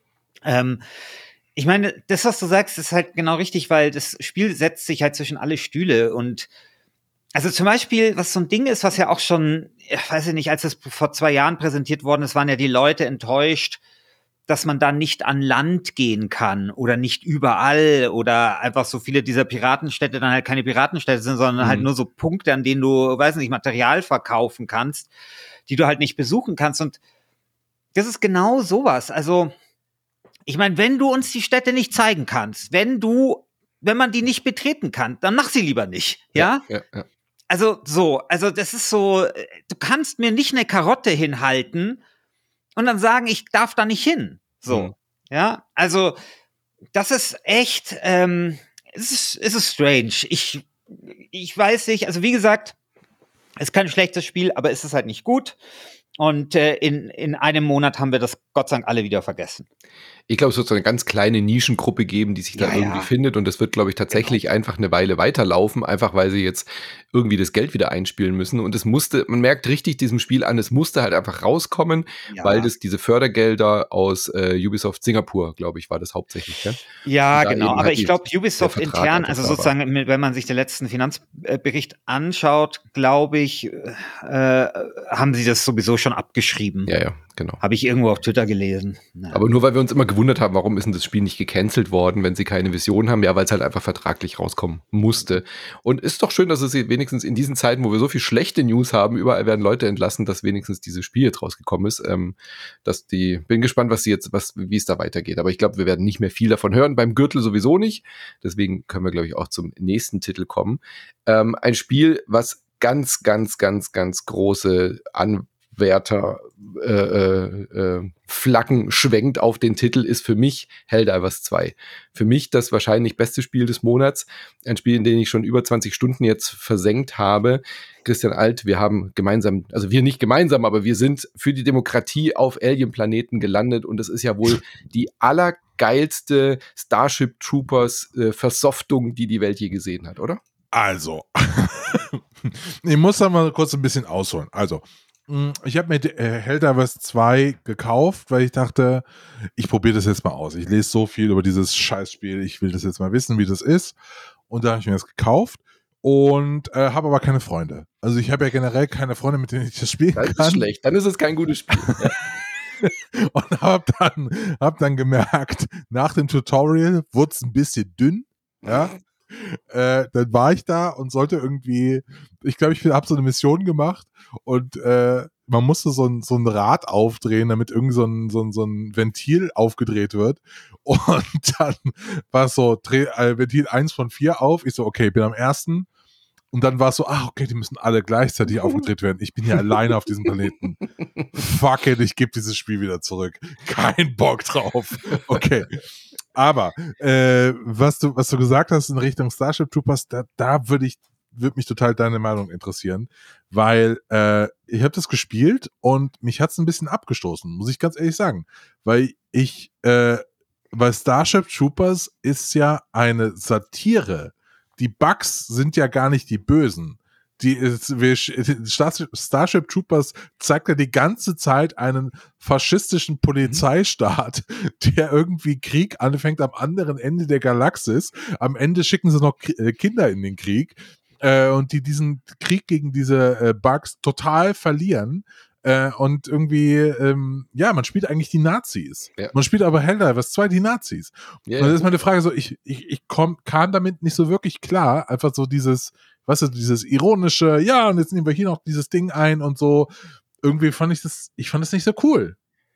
Ähm, ich meine, das, was du sagst, ist halt genau richtig, weil das Spiel setzt sich halt zwischen alle Stühle und also zum Beispiel, was so ein Ding ist, was ja auch schon, ich weiß ja nicht, als es vor zwei Jahren präsentiert worden ist, waren ja die Leute enttäuscht, dass man da nicht an Land gehen kann oder nicht überall oder einfach so viele dieser Piratenstädte dann halt keine Piratenstädte sind, sondern Mhm. halt nur so Punkte, an denen du, weiß nicht, Material verkaufen kannst, die du halt nicht besuchen kannst. Und das ist genau sowas. Also, ich meine, wenn du uns die Städte nicht zeigen kannst, wenn du wenn man die nicht betreten kann, dann mach sie lieber nicht, ja? Ja, ja, ja. Also so, also das ist so, du kannst mir nicht eine Karotte hinhalten und dann sagen, ich darf da nicht hin. So, Mhm. ja, also das ist echt, ähm, es ist, es ist strange. Ich, ich weiß nicht, also wie gesagt, es ist kein schlechtes Spiel, aber es ist halt nicht gut. Und äh, in, in einem Monat haben wir das Gott sei Dank alle wieder vergessen. Ich glaube, es wird so eine ganz kleine Nischengruppe geben, die sich da Ja, irgendwie ja. findet und das wird, glaube ich, tatsächlich einfach eine Weile weiterlaufen, einfach weil sie jetzt irgendwie das Geld wieder einspielen müssen und es musste, man merkt richtig diesem Spiel an, es musste halt einfach rauskommen, Ja. weil das diese Fördergelder aus äh, Ubisoft Singapur, glaube ich, war das hauptsächlich, gell? Ja, Und da genau. eben Aber halt ich die- glaube, Ubisoft der Vertrag intern, einfach also da war. sozusagen, wenn man sich den letzten Finanzbericht anschaut, glaube ich, äh, haben sie das sowieso schon abgeschrieben. Ja, ja, genau. Habe ich irgendwo auf Twitter gelesen. Ja. Aber nur weil wir uns immer gewundert haben, warum ist denn das Spiel nicht gecancelt worden, wenn sie keine Vision haben? Ja, weil es halt einfach vertraglich rauskommen musste. Und ist doch schön, dass es wenigstens in diesen Zeiten, wo wir so viel schlechte News haben, überall werden Leute entlassen, dass wenigstens dieses Spiel jetzt rausgekommen ist. Ähm, dass die, bin gespannt, was sie jetzt, was, wie es da weitergeht. Aber ich glaube, wir werden nicht mehr viel davon hören. Beim Gürtel sowieso nicht. Deswegen können wir, glaube ich, auch zum nächsten Titel kommen. Ähm, ein Spiel, was ganz, ganz, ganz, ganz große Anwärter äh, äh, äh, Flaggen schwenkt auf den Titel, ist für mich Helldivers zwei. Für mich das wahrscheinlich beste Spiel des Monats. Ein Spiel, in dem ich schon über zwanzig Stunden jetzt versenkt habe. Christian Alt, wir haben gemeinsam, also wir nicht gemeinsam, aber wir sind für die Demokratie auf Alien-Planeten gelandet und es ist ja wohl die allergeilste Starship Troopers äh, Versoftung, die die Welt je gesehen hat, oder? Also, ich muss da mal kurz ein bisschen ausholen. Also, mh, ich habe mir äh, Helldivers zwei gekauft, weil ich dachte, ich probiere das jetzt mal aus. Ich lese so viel über dieses Scheißspiel, ich will das jetzt mal wissen, wie das ist. Und da habe ich mir das gekauft und äh, habe aber keine Freunde. Also ich habe ja generell keine Freunde, mit denen ich das spielen Das kann. ist schlecht, dann ist es kein gutes Spiel. Und habe dann, hab dann gemerkt, nach dem Tutorial wurde es ein bisschen dünn. Ja. Äh, dann war ich da und sollte irgendwie, ich glaube, ich habe so eine Mission gemacht und äh, man musste so ein, so ein Rad aufdrehen, damit irgend so ein, so ein, so ein Ventil aufgedreht wird. Und dann war es so, Dreh, äh, Ventil eins von vier auf. Ich so, okay, bin am ersten. Und dann war es so, ah, okay, die müssen alle gleichzeitig aufgedreht werden. Ich bin hier alleine auf diesem Planeten. Fuck it, ich gebe dieses Spiel wieder zurück. Kein Bock drauf. Okay. Aber äh, was du was du gesagt hast in Richtung Starship Troopers, da, da würde ich würde mich total deine Meinung interessieren, weil äh, ich habe das gespielt und mich hat's ein bisschen abgestoßen, muss ich ganz ehrlich sagen, weil ich äh, weil Starship Troopers ist ja eine Satire. Die Bugs sind ja gar nicht die Bösen. Die ist, wir, Starship, Starship Troopers zeigt ja die ganze Zeit einen faschistischen Polizeistaat, der irgendwie Krieg anfängt am anderen Ende der Galaxis. Am Ende schicken sie noch Kinder in den Krieg äh, und die diesen Krieg gegen diese äh, Bugs total verlieren. Äh, und irgendwie, ähm, ja, man spielt eigentlich die Nazis. Ja. Man spielt aber Helldivers zwei die Nazis. Yeah. Und das ist meine Frage so, ich, ich, ich komm, kam damit nicht so wirklich klar. Einfach so dieses, weißt du, dieses ironische, ja, und jetzt nehmen wir hier noch dieses Ding ein und so. Irgendwie fand ich das, ich fand das nicht so cool.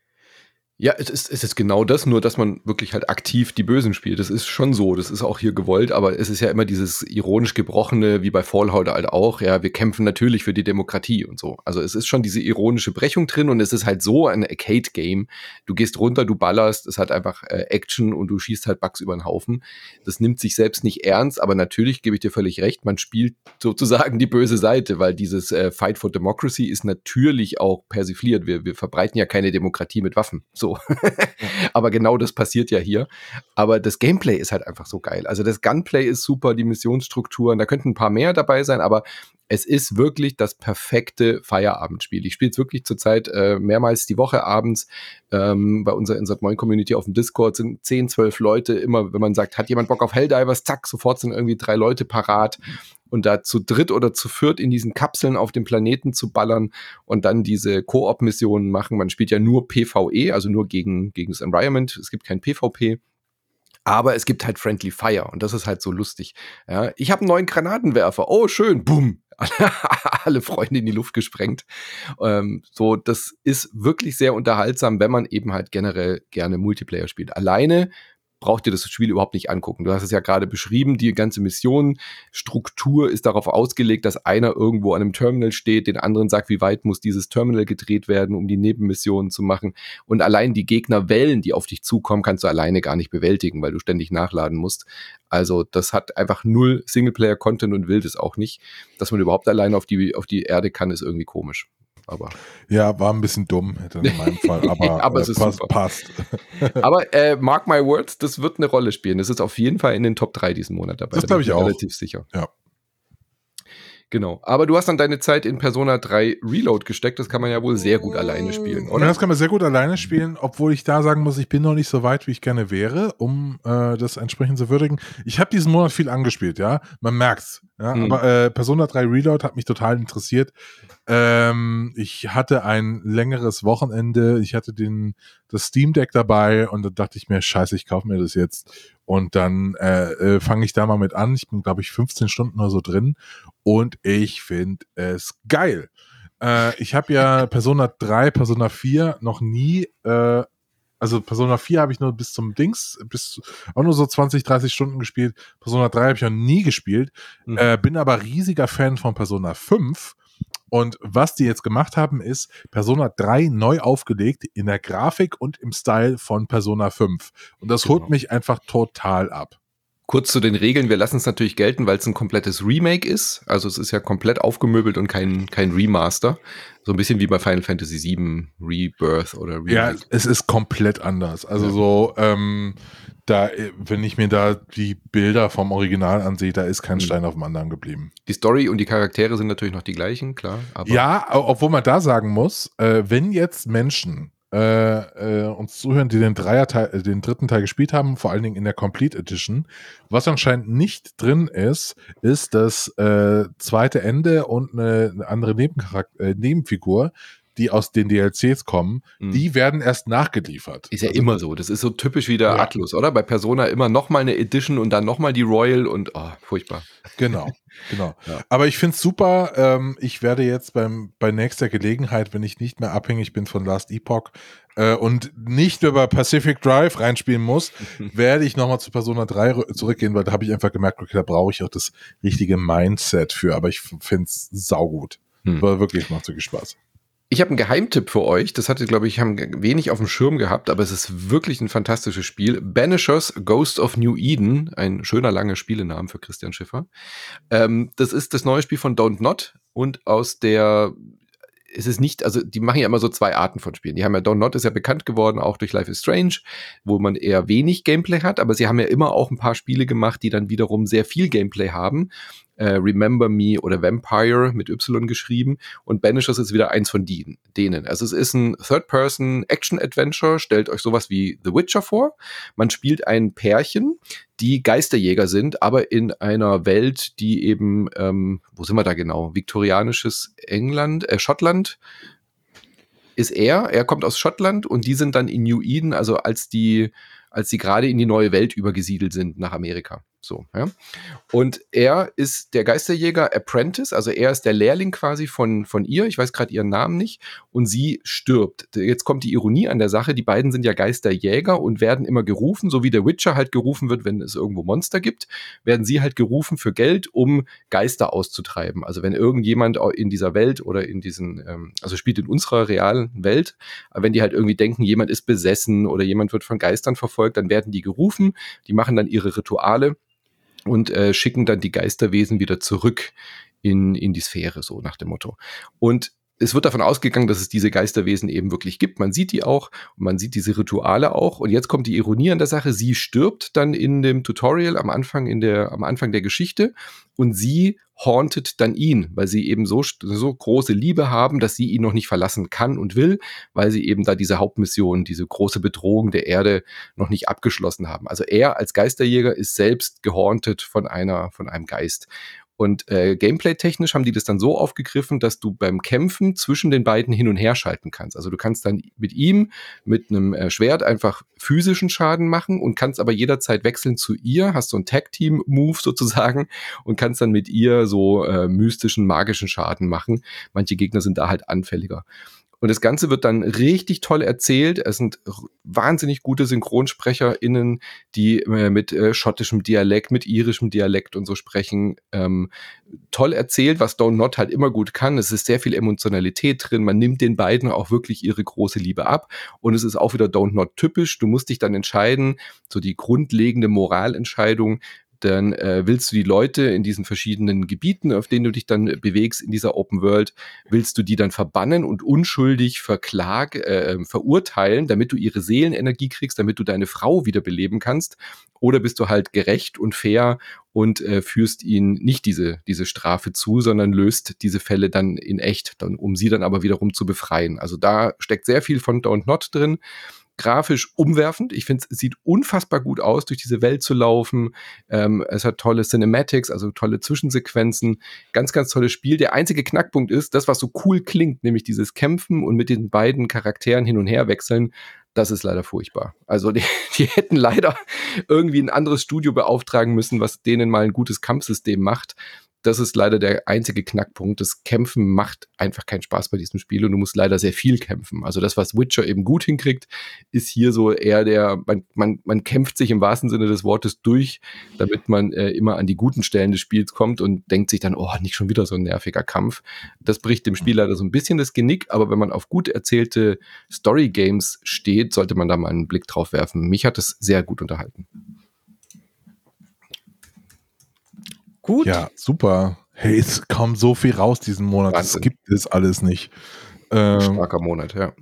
Ja, es ist, es ist genau das, nur dass man wirklich halt aktiv die Bösen spielt. Das ist schon so, das ist auch hier gewollt, aber es ist ja immer dieses ironisch gebrochene, wie bei Fallout halt auch, ja, wir kämpfen natürlich für die Demokratie und so. Also es ist schon diese ironische Brechung drin und es ist halt so ein Arcade-Game. Du gehst runter, du ballerst, es hat einfach äh, Action und du schießt halt Bugs über den Haufen. Das nimmt sich selbst nicht ernst, aber natürlich gebe ich dir völlig recht, man spielt sozusagen die böse Seite, weil dieses äh, Fight for Democracy ist natürlich auch persifliert. Wir, wir verbreiten ja keine Demokratie mit Waffen. So. Aber genau das passiert ja hier. Aber das Gameplay ist halt einfach so geil. Also das Gunplay ist super, die Missionsstrukturen, da könnten ein paar mehr dabei sein, aber es ist wirklich das perfekte Feierabendspiel. Ich spiele es wirklich zurzeit äh, mehrmals die Woche abends. Ähm, bei unserer Insert Moin Community auf dem Discord sind zehn, zwölf Leute. Immer, wenn man sagt, hat jemand Bock auf Helldivers, zack, sofort sind irgendwie drei Leute parat. Und da zu dritt oder zu viert in diesen Kapseln auf dem Planeten zu ballern und dann diese Koop-Missionen machen. Man spielt ja nur PvE, also nur gegen, gegen das Environment. Es gibt kein PvP. Aber es gibt halt Friendly Fire und das ist halt so lustig. Ja, ich habe einen neuen Granatenwerfer. Oh, schön. Bumm. Alle Freunde in die Luft gesprengt. Ähm, so, das ist wirklich sehr unterhaltsam, wenn man eben halt generell gerne Multiplayer spielt. Alleine braucht ihr das Spiel überhaupt nicht angucken. Du hast es ja gerade beschrieben, die ganze Missionenstruktur ist darauf ausgelegt, dass einer irgendwo an einem Terminal steht, den anderen sagt, wie weit muss dieses Terminal gedreht werden, um die Nebenmissionen zu machen. Und allein die Gegnerwellen, die auf dich zukommen, kannst du alleine gar nicht bewältigen, weil du ständig nachladen musst. Also das hat einfach null Singleplayer-Content und will das auch nicht. Dass man überhaupt alleine auf die, auf die Erde kann, ist irgendwie komisch. Aber ja, war ein bisschen dumm in meinem Fall, aber, aber äh, es ist passt. super. passt. Aber äh, mark my words, das wird eine Rolle spielen. Das ist auf jeden Fall in den Top drei diesen Monat dabei. Das glaube ich auch. Relativ sicher. Ja. Genau. Aber du hast dann deine Zeit in Persona drei Reload gesteckt. Das kann man ja wohl sehr gut alleine spielen, Und oder? das kann man sehr gut alleine spielen, obwohl ich da sagen muss, ich bin noch nicht so weit, wie ich gerne wäre, um äh, das entsprechend zu würdigen. Ich habe diesen Monat viel angespielt, ja. Man merkt's. Ja? Mhm. Aber äh, Persona drei Reload hat mich total interessiert. Ähm, ich hatte ein längeres Wochenende. Ich hatte den, das Steam Deck dabei und da dachte ich mir, scheiße, ich kaufe mir das jetzt. Und dann äh, äh, fange ich da mal mit an. Ich bin, glaube ich, fünfzehn Stunden oder so drin und ich finde es geil. Äh, ich habe ja Persona drei, Persona vier noch nie, äh, also Persona vier habe ich nur bis zum Dings, bis auch nur so zwanzig, dreißig Stunden gespielt. Persona drei habe ich noch nie gespielt, Mhm. äh, bin aber riesiger Fan von Persona fünf. Und was die jetzt gemacht haben, ist Persona drei neu aufgelegt in der Grafik und im Style von Persona fünf. Und das Genau. holt mich einfach total ab. Kurz zu den Regeln. Wir lassen es natürlich gelten, weil es ein komplettes Remake ist. Also es ist ja komplett aufgemöbelt und kein, kein Remaster. So ein bisschen wie bei Final Fantasy sieben Rebirth oder Remake. Ja, es ist komplett anders. Also Ja. so, ähm, da, wenn ich mir da die Bilder vom Original ansehe, da ist kein Mhm. Stein auf dem anderen geblieben. Die Story und die Charaktere sind natürlich noch die gleichen, klar. Aber Ja, o- obwohl man da sagen muss, äh, wenn jetzt Menschen äh, äh, uns zuhören, die den Dreierteil, äh, den dritten Teil gespielt haben, vor allen Dingen in der Complete Edition, was anscheinend nicht drin ist, ist das äh, zweite Ende und eine, eine andere Nebencharakter, äh, Nebenfigur, die aus den D L Cs kommen, Mhm. die werden erst nachgeliefert. ist ja Also, immer so. Das ist so typisch wie der Ja. Atlus, oder? Bei Persona immer nochmal eine Edition und dann nochmal die Royal und oh, furchtbar. Genau, genau. Ja. Aber ich finde es super. Ähm, ich werde jetzt beim, bei nächster Gelegenheit, wenn ich nicht mehr abhängig bin von Last Epoch äh, und nicht über Pacific Drive reinspielen muss, werde ich nochmal zu Persona drei rü- zurückgehen, weil da habe ich einfach gemerkt, okay, da brauche ich auch das richtige Mindset für. Aber ich finde es saugut. Hm. Aber wirklich, macht wirklich Spaß. Ich habe einen Geheimtipp für euch. Das hatte, glaube ich, haben wenig auf dem Schirm gehabt, aber es ist wirklich ein fantastisches Spiel. Banishers Ghost of New Eden, ein schöner langer Spielenamen für Christian Schiffer. Ähm, das ist das neue Spiel von Don't Not und aus der es ist nicht, also die machen ja immer so zwei Arten von Spielen. Die haben ja, Don't Not ist ja bekannt geworden, auch durch Life is Strange, wo man eher wenig Gameplay hat, aber sie haben ja immer auch ein paar Spiele gemacht, die dann wiederum sehr viel Gameplay haben. Äh, Remember Me oder Vampire mit Y geschrieben und Banishers ist wieder eins von die, denen. Also es ist ein Third-Person-Action-Adventure, stellt euch sowas wie The Witcher vor. Man spielt ein Pärchen, die Geisterjäger sind, aber in einer Welt, die eben, ähm, wo sind wir da genau? Viktorianisches England, äh, Schottland ist er. Er kommt aus Schottland und die sind dann in New Eden, also als die, als die gerade in die neue Welt übergesiedelt sind nach Amerika. So, ja. Und er ist der Geisterjäger Apprentice, also er ist der Lehrling quasi von, von ihr, ich weiß gerade ihren Namen nicht, und sie stirbt. Jetzt kommt die Ironie an der Sache, die beiden sind ja Geisterjäger und werden immer gerufen, so wie der Witcher halt gerufen wird, wenn es irgendwo Monster gibt, werden sie halt gerufen für Geld, um Geister auszutreiben. Also wenn irgendjemand in dieser Welt oder in diesen, ähm, also spielt in unserer realen Welt, aber wenn die halt irgendwie denken, jemand ist besessen oder jemand wird von Geistern verfolgt, dann werden die gerufen, die machen dann ihre Rituale und äh, schicken dann die Geisterwesen wieder zurück in, in die Sphäre, so nach dem Motto. Und es wird davon ausgegangen, dass es diese Geisterwesen eben wirklich gibt. Man sieht die auch und man sieht diese Rituale auch. Und jetzt kommt die Ironie an der Sache. Sie stirbt dann in dem Tutorial am Anfang, in der, am Anfang der Geschichte und sie hauntet dann ihn, weil sie eben so, so große Liebe haben, dass sie ihn noch nicht verlassen kann und will, weil sie eben da diese Hauptmission, diese große Bedrohung der Erde noch nicht abgeschlossen haben. Also er als Geisterjäger ist selbst gehauntet von einer, von einem Geist. Und äh, gameplay-technisch haben die das dann so aufgegriffen, dass du beim Kämpfen zwischen den beiden hin und her schalten kannst. Also du kannst dann mit ihm, mit einem äh, Schwert einfach physischen Schaden machen und kannst aber jederzeit wechseln zu ihr, hast so ein Tag-Team-Move sozusagen und kannst dann mit ihr so äh, mystischen, magischen Schaden machen. Manche Gegner sind da halt anfälliger. Und das Ganze wird dann richtig toll erzählt. Es sind wahnsinnig gute SynchronsprecherInnen, die äh, mit äh, schottischem Dialekt, mit irischem Dialekt und so sprechen. Ähm, toll erzählt, was Don't Nod halt immer gut kann. Es ist sehr viel Emotionalität drin. Man nimmt den beiden auch wirklich ihre große Liebe ab. Und es ist auch wieder Don't Nod typisch. Du musst dich dann entscheiden, so die grundlegende Moralentscheidung, dann äh, willst du die Leute in diesen verschiedenen Gebieten, auf denen du dich dann bewegst in dieser Open World, willst du die dann verbannen und unschuldig verklag, äh, verurteilen, damit du ihre Seelenenergie kriegst, damit du deine Frau wiederbeleben kannst? Oder bist du halt gerecht und fair und äh, führst ihnen nicht diese, diese Strafe zu, sondern löst diese Fälle dann in echt, dann, um sie dann aber wiederum zu befreien. Also da steckt sehr viel von Don't Nod drin. Grafisch umwerfend. Ich finde, es sieht unfassbar gut aus, durch diese Welt zu laufen. Ähm, es hat tolle Cinematics, also tolle Zwischensequenzen. Ganz, ganz tolles Spiel. Der einzige Knackpunkt ist, das, was so cool klingt, nämlich dieses Kämpfen und mit den beiden Charakteren hin und her wechseln, das ist leider furchtbar. Also die, die hätten leider irgendwie ein anderes Studio beauftragen müssen, was denen mal ein gutes Kampfsystem macht. Das ist leider der einzige Knackpunkt. Das Kämpfen macht einfach keinen Spaß bei diesem Spiel und du musst leider sehr viel kämpfen. Also das, was Witcher eben gut hinkriegt, ist hier so eher der, man, man, man kämpft sich im wahrsten Sinne des Wortes durch, damit man äh, immer an die guten Stellen des Spiels kommt und denkt sich dann, oh, nicht schon wieder so ein nerviger Kampf. Das bricht dem Spiel leider so ein bisschen das Genick, aber wenn man auf gut erzählte Story-Games steht, sollte man da mal einen Blick drauf werfen. Mich hat es sehr gut unterhalten. Gut. Ja, super. Hey, es kommt so viel raus diesen Monat. Wahnsinn. Das gibt es alles nicht. Ähm, Starker Monat, ja.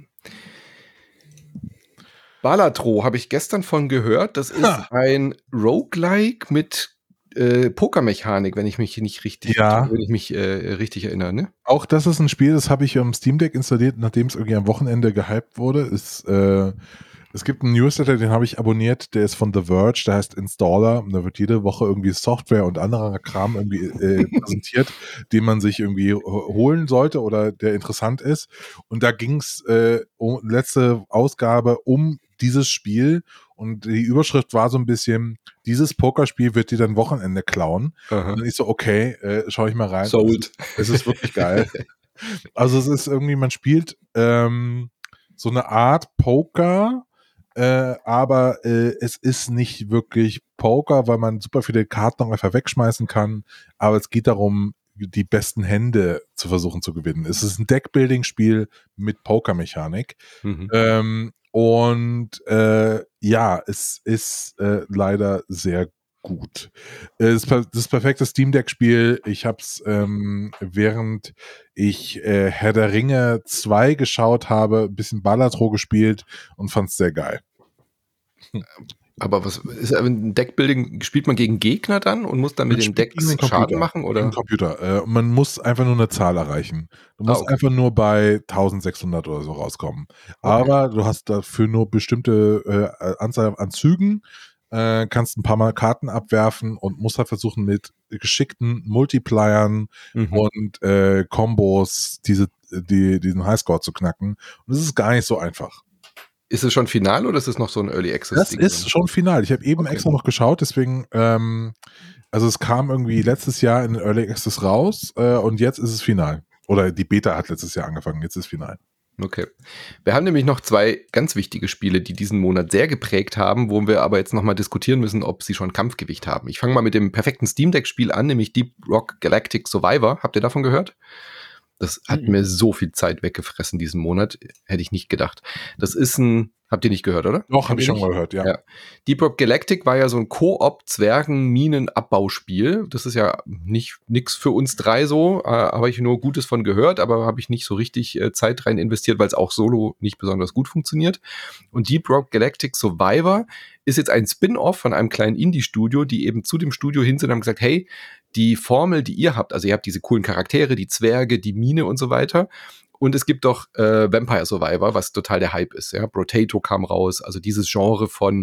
Balatro habe ich gestern von gehört. Das ist Ha. ein Roguelike mit äh, Pokermechanik, wenn ich mich nicht richtig, Ja. wenn ich mich äh, richtig erinnere, ne? Auch das ist ein Spiel, das habe ich am Steam Deck installiert, nachdem es irgendwie am Wochenende gehypt wurde. Es, äh, es gibt einen Newsletter, den habe ich abonniert, der ist von The Verge, der heißt Installer. Und da wird jede Woche irgendwie Software und anderer Kram irgendwie äh, präsentiert, den man sich irgendwie holen sollte oder der interessant ist. Und da ging es äh, um, letzte Ausgabe um dieses Spiel und die Überschrift war so ein bisschen, dieses Pokerspiel wird dir dann Wochenende klauen. Aha. Und ich so, okay, äh, schau ich mal rein. Sold. Es ist wirklich geil. Also es ist irgendwie, man spielt ähm, so eine Art Poker, äh, aber äh, es ist nicht wirklich Poker, weil man super viele Karten noch einfach wegschmeißen kann, aber es geht darum, die besten Hände zu versuchen zu gewinnen. Es ist ein Deckbuilding-Spiel mit Pokermechanik. Mhm. Ähm, und äh, ja, es ist äh, leider sehr gut. Es ist das perfekte Steam Deck-Spiel. Ich habe es, ähm, während ich äh, Herr der Ringe zwei geschaut habe, ein bisschen Balatro gespielt und fand es sehr geil. Aber was ist ein Deckbuilding? Spielt man gegen Gegner dann und muss dann mit Man den spielt gegen Decks den Schaden Computer. machen? Gegen Oder? den Computer. Äh, man muss einfach nur eine Zahl erreichen. Du musst Ah, okay. einfach nur bei eintausendsechshundert oder so rauskommen. Okay. Aber du hast dafür nur bestimmte äh, Anzahl an Zügen, äh, kannst ein paar Mal Karten abwerfen und musst halt versuchen, mit geschickten Multipliern Mhm. und äh, Kombos diese, die, diesen Highscore zu knacken. Und das ist gar nicht so einfach. Ist es schon final oder ist es noch so ein Early Access Das Ding? ist schon final. Ich habe eben Okay. extra noch geschaut, deswegen, ähm, also es kam irgendwie letztes Jahr in den Early Access raus äh, und jetzt ist es final. Oder die Beta hat letztes Jahr angefangen, jetzt ist final. Okay. Wir haben nämlich noch zwei ganz wichtige Spiele, die diesen Monat sehr geprägt haben, wo wir aber jetzt nochmal diskutieren müssen, ob sie schon Kampfgewicht haben. Ich fange mal mit dem perfekten Steam Deck-Spiel an, nämlich Deep Rock Galactic Survivor. Habt ihr davon gehört? Das hat Mhm. mir so viel Zeit weggefressen diesen Monat. Hätte ich nicht gedacht. Das ist ein, habt ihr nicht gehört, oder? Doch, habe ich Habt ihr schon mal nicht? gehört, ja. Ja. Deep Rock Galactic war ja so ein Koop-Zwergen-Minen-Abbauspiel. Das ist ja nicht nix für uns drei so, äh, habe ich nur Gutes von gehört, aber habe ich nicht so richtig äh, Zeit rein investiert, weil es auch solo nicht besonders gut funktioniert. Und Deep Rock Galactic Survivor ist jetzt ein Spin-off von einem kleinen Indie-Studio, die eben zu dem Studio hin sind und haben gesagt, hey, die Formel, die ihr habt, also ihr habt diese coolen Charaktere, die Zwerge, die Mine und so weiter. Und es gibt doch äh, Vampire Survivor, was total der Hype ist. Ja? Brotato kam raus, also dieses Genre von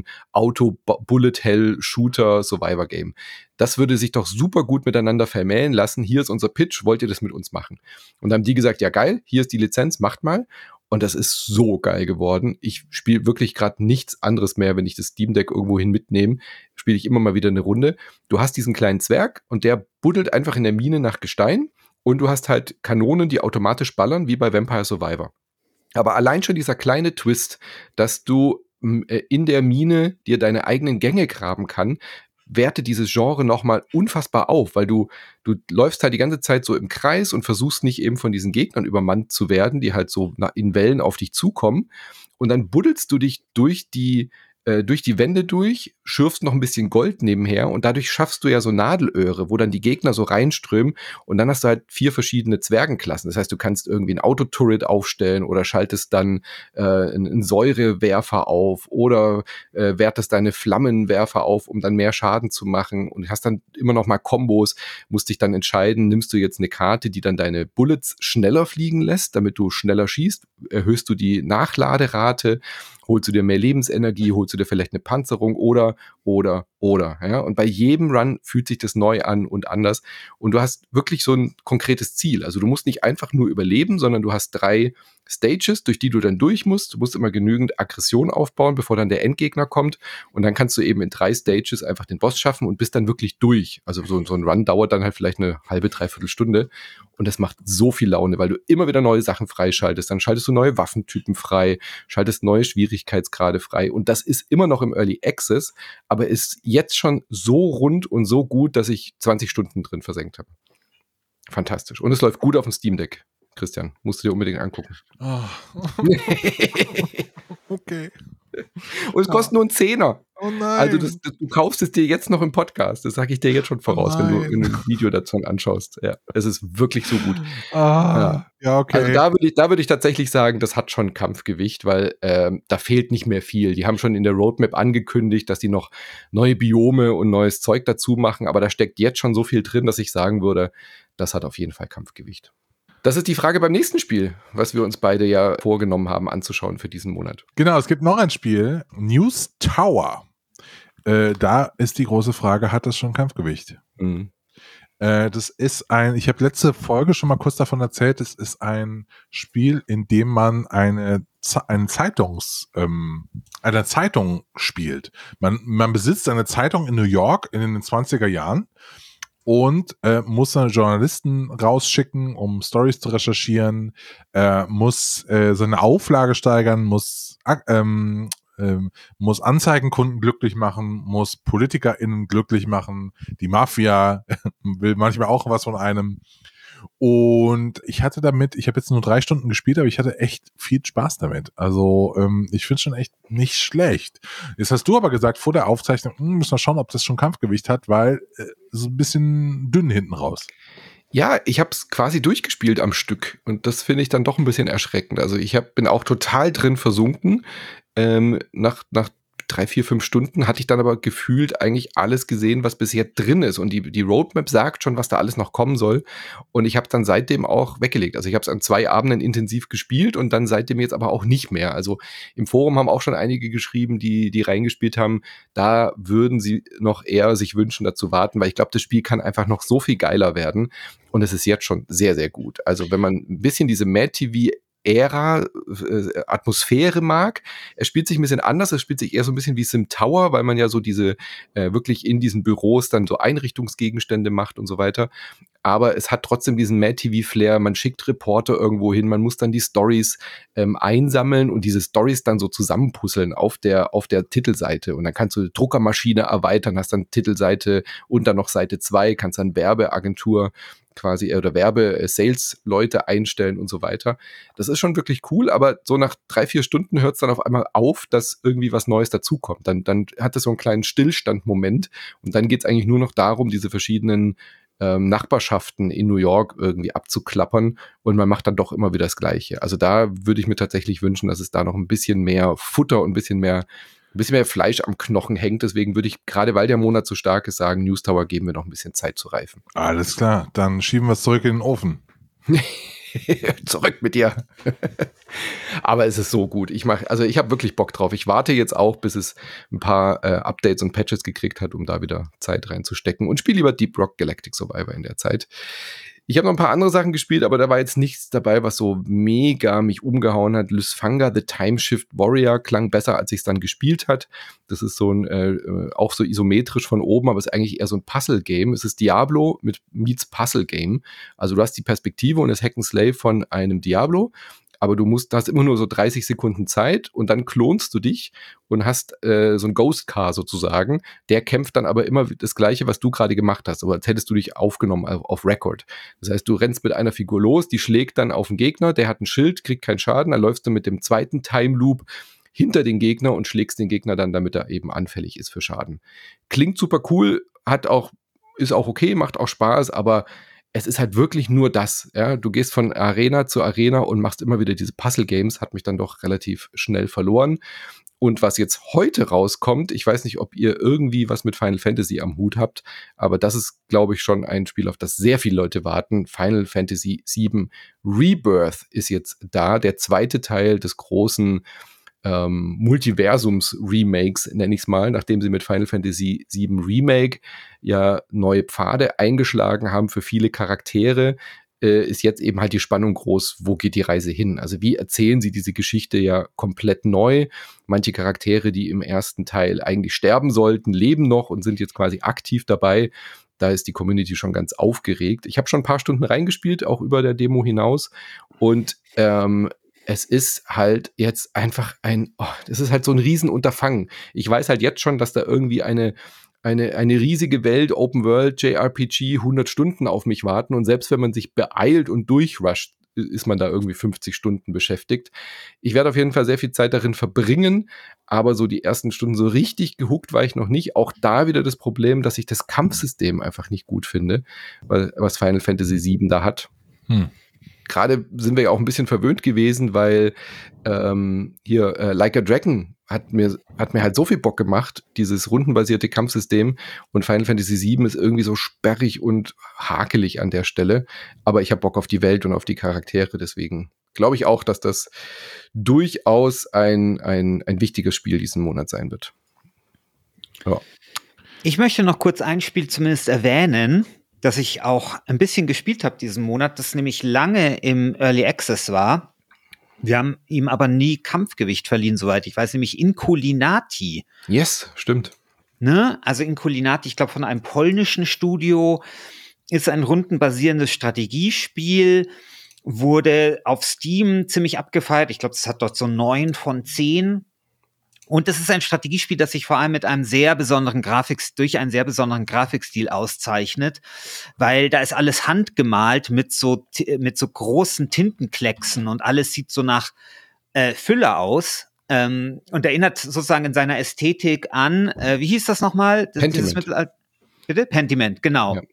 Auto-Bullet-Hell-Shooter-Survivor-Game. Das würde sich doch super gut miteinander vermählen lassen. Hier ist unser Pitch, wollt ihr das mit uns machen? Und dann haben die gesagt, ja geil, hier ist die Lizenz, macht mal. Und das ist so geil geworden. Ich spiele wirklich gerade nichts anderes mehr, wenn ich das Steam Deck irgendwohin mitnehme. Spiele ich immer mal wieder eine Runde. Du hast diesen kleinen Zwerg und der buddelt einfach in der Mine nach Gestein. Und du hast halt Kanonen, die automatisch ballern, wie bei Vampire Survivor. Aber allein schon dieser kleine Twist, dass du äh, in der Mine dir deine eigenen Gänge graben kann, wertet dieses Genre nochmal unfassbar auf, weil du, du läufst halt die ganze Zeit so im Kreis und versuchst nicht eben von diesen Gegnern übermannt zu werden, die halt so in Wellen auf dich zukommen. Und dann buddelst du dich durch die äh, durch die Wände durch, schürfst noch ein bisschen Gold nebenher und dadurch schaffst du ja so Nadelöhre, wo dann die Gegner so reinströmen und dann hast du halt vier verschiedene Zwergenklassen. Das heißt, du kannst irgendwie ein Autoturret aufstellen oder schaltest dann äh, einen Säurewerfer auf oder äh, wertest deine Flammenwerfer auf, um dann mehr Schaden zu machen und hast dann immer noch mal Kombos, musst dich dann entscheiden, nimmst du jetzt eine Karte, die dann deine Bullets schneller fliegen lässt, damit du schneller schießt, erhöhst du die Nachladerate, holst du dir mehr Lebensenergie, holst du dir vielleicht eine Panzerung oder, oder, oder. Ja? Und bei jedem Run fühlt sich das neu an und anders. Und du hast wirklich so ein konkretes Ziel. Also du musst nicht einfach nur überleben, sondern du hast drei Stages, durch die du dann durch musst. Du musst immer genügend Aggression aufbauen, bevor dann der Endgegner kommt. Und dann kannst du eben in drei Stages einfach den Boss schaffen und bist dann wirklich durch. Also so, so ein Run dauert dann halt vielleicht eine halbe, dreiviertel Stunde. Und das macht so viel Laune, weil du immer wieder neue Sachen freischaltest. Dann schaltest du neue Waffentypen frei, schaltest neue Schwierigkeitsgrade frei. Und das ist immer noch im Early Access, aber ist jetzt schon so rund und so gut, dass ich zwanzig Stunden drin versenkt habe. Fantastisch. Und es läuft gut auf dem Steam Deck. Christian, musst du dir unbedingt angucken. Oh. Okay. Und es kostet nur einen Zehner. Oh nein. Also das, das, du kaufst es dir jetzt noch im Podcast. Das sage ich dir jetzt schon voraus, oh wenn, du, wenn du ein Video dazu anschaust. Ja, es ist wirklich so gut. Ah, ja. ja, okay. Also da würde ich, da würde ich tatsächlich sagen, das hat schon Kampfgewicht, weil ähm, da fehlt nicht mehr viel. Die haben schon in der Roadmap angekündigt, dass die noch neue Biome und neues Zeug dazu machen, aber da steckt jetzt schon so viel drin, dass ich sagen würde, das hat auf jeden Fall Kampfgewicht. Das ist die Frage beim nächsten Spiel, was wir uns beide ja vorgenommen haben anzuschauen für diesen Monat. Genau, es gibt noch ein Spiel, News Tower. Äh, da ist die große Frage, hat das schon Kampfgewicht? Mhm. Äh, das ist ein, ich habe letzte Folge schon mal kurz davon erzählt, es ist ein Spiel, in dem man eine, eine Zeitungs, ähm, eine Zeitung spielt. Man, man besitzt eine Zeitung in New York in den zwanziger Jahren. Und äh, muss dann Journalisten rausschicken, um Storys zu recherchieren, äh, muss äh, seine Auflage steigern, muss, ähm, ähm, muss Anzeigenkunden glücklich machen, muss PolitikerInnen glücklich machen, die Mafia will manchmal auch was von einem. Und ich hatte damit, ich habe jetzt nur drei Stunden gespielt, aber ich hatte echt viel Spaß damit. Also ähm, ich finde es schon echt nicht schlecht. Jetzt hast du aber gesagt, vor der Aufzeichnung, hm, müssen wir schauen, ob das schon Kampfgewicht hat, weil äh, so ein bisschen dünn hinten raus. Ja, ich habe es quasi durchgespielt am Stück und das finde ich dann doch ein bisschen erschreckend. Also ich hab, bin auch total drin versunken. Ähm, nach, nach drei, vier, fünf Stunden hatte ich dann aber gefühlt eigentlich alles gesehen, was bisher drin ist. Und die, die Roadmap sagt schon, was da alles noch kommen soll. Und ich habe dann seitdem auch weggelegt. Also ich habe es an zwei Abenden intensiv gespielt und dann seitdem jetzt aber auch nicht mehr. Also im Forum haben auch schon einige geschrieben, die, die reingespielt haben, da würden sie noch eher sich wünschen, dazu warten, weil ich glaube, das Spiel kann einfach noch so viel geiler werden. Und es ist jetzt schon sehr, sehr gut. Also wenn man ein bisschen diese Mad-T V Ära, äh, Atmosphäre mag. Er spielt sich ein bisschen anders, es spielt sich eher so ein bisschen wie Sim Tower, weil man ja so diese, äh, wirklich in diesen Büros dann so Einrichtungsgegenstände macht und so weiter. Aber es hat trotzdem diesen Mad-T V-Flair, man schickt Reporter irgendwo hin, man muss dann die Storys ähm, einsammeln und diese Storys dann so zusammenpuzzeln auf der, auf der Titelseite. Und dann kannst du die Druckermaschine erweitern, hast dann Titelseite und dann noch Seite zwei, kannst dann Werbeagentur quasi oder Werbe-Sales-Leute einstellen und so weiter. Das ist schon wirklich cool, aber so nach drei, vier Stunden hört es dann auf einmal auf, dass irgendwie was Neues dazukommt. Dann, dann hat es so einen kleinen Stillstand-Moment und dann geht es eigentlich nur noch darum, diese verschiedenen ähm, Nachbarschaften in New York irgendwie abzuklappern und man macht dann doch immer wieder das Gleiche. Also da würde ich mir tatsächlich wünschen, dass es da noch ein bisschen mehr Futter und ein bisschen mehr ein bisschen mehr Fleisch am Knochen hängt. Deswegen würde ich, gerade weil der Monat so stark ist, sagen, News Tower geben wir noch ein bisschen Zeit zu reifen. Alles klar, dann schieben wir es zurück in den Ofen. Zurück mit dir. Aber es ist so gut. Ich mache, also ich habe wirklich Bock drauf. Ich warte jetzt auch, bis es ein paar äh, Updates und Patches gekriegt hat, um da wieder Zeit reinzustecken und spiele lieber Deep Rock Galactic Survivor in der Zeit. Ich habe noch ein paar andere Sachen gespielt, aber da war jetzt nichts dabei, was so mega mich umgehauen hat. Lysfanga, The Time Shift Warrior, klang besser, als ich es dann gespielt hat. Das ist so ein, äh, auch so isometrisch von oben, aber ist eigentlich eher so ein Puzzle-Game. Es ist Diablo mit meets Puzzle-Game. Also du hast die Perspektive und das Hack and Slay von einem Diablo, aber du musst, hast immer nur so dreißig Sekunden Zeit und dann klonst du dich und hast äh, so ein Ghost Car sozusagen. Der kämpft dann aber immer das Gleiche, was du gerade gemacht hast, aber als hättest du dich aufgenommen auf, auf Record. Das heißt, du rennst mit einer Figur los, die schlägt dann auf den Gegner, der hat ein Schild, kriegt keinen Schaden, dann läufst du mit dem zweiten Time Loop hinter den Gegner und schlägst den Gegner dann, damit er eben anfällig ist für Schaden. Klingt super cool, hat auch, ist auch okay, macht auch Spaß, aber es ist halt wirklich nur das. Ja? Du gehst von Arena zu Arena und machst immer wieder diese Puzzle-Games, hat mich dann doch relativ schnell verloren. Und was jetzt heute rauskommt, ich weiß nicht, ob ihr irgendwie was mit Final Fantasy am Hut habt, aber das ist, glaube ich, schon ein Spiel, auf das sehr viele Leute warten. Final Fantasy sieben Rebirth ist jetzt da, der zweite Teil des großen ähm, Multiversums-Remakes, nenne ich es mal, nachdem sie mit Final Fantasy sieben Remake ja neue Pfade eingeschlagen haben für viele Charaktere, äh, ist jetzt eben halt die Spannung groß, wo geht die Reise hin? Also wie erzählen sie diese Geschichte ja komplett neu? Manche Charaktere, die im ersten Teil eigentlich sterben sollten, leben noch und sind jetzt quasi aktiv dabei. Da ist die Community schon ganz aufgeregt. Ich habe schon ein paar Stunden reingespielt, auch über der Demo hinaus. Und ähm, es ist halt jetzt einfach ein, oh, das ist halt so ein Riesenunterfangen. Ich weiß halt jetzt schon, dass da irgendwie eine, eine, eine riesige Welt, Open World, J R P G, hundert Stunden auf mich warten. Und selbst wenn man sich beeilt und durchrusht, ist man da irgendwie fünfzig Stunden beschäftigt. Ich werde auf jeden Fall sehr viel Zeit darin verbringen, aber so die ersten Stunden so richtig gehuckt war ich noch nicht. Auch da wieder das Problem, dass ich das Kampfsystem einfach nicht gut finde, weil, was Final Fantasy sieben da hat. Hm. Gerade sind wir ja auch ein bisschen verwöhnt gewesen, weil ähm, hier äh, Like a Dragon hat mir, hat mir halt so viel Bock gemacht, dieses rundenbasierte Kampfsystem, und Final Fantasy sieben ist irgendwie so sperrig und hakelig an der Stelle, aber ich habe Bock auf die Welt und auf die Charaktere, deswegen glaube ich auch, dass das durchaus ein, ein, ein wichtiges Spiel diesen Monat sein wird. Ja. Ich möchte noch kurz ein Spiel zumindest erwähnen, das ich auch ein bisschen gespielt habe diesen Monat, das nämlich lange im Early Access war. Wir haben ihm aber nie Kampfgewicht verliehen, soweit ich weiß, nämlich Inkulinati. Yes, stimmt. Ne? Also Inkulinati, ich glaube von einem polnischen Studio, ist ein rundenbasierendes Strategiespiel, wurde auf Steam ziemlich abgefeiert. Ich glaube, es hat dort so neun von zehn. Und es ist ein Strategiespiel, das sich vor allem mit einem sehr besonderen Grafik, durch einen sehr besonderen Grafikstil auszeichnet, weil da ist alles handgemalt mit so, mit so großen Tintenklecksen und alles sieht so nach äh, Fülle aus, ähm, und erinnert sozusagen in seiner Ästhetik an, äh, wie hieß das nochmal? Das, Pentiment. Mittelalter- Bitte? Pentiment, genau. Ja.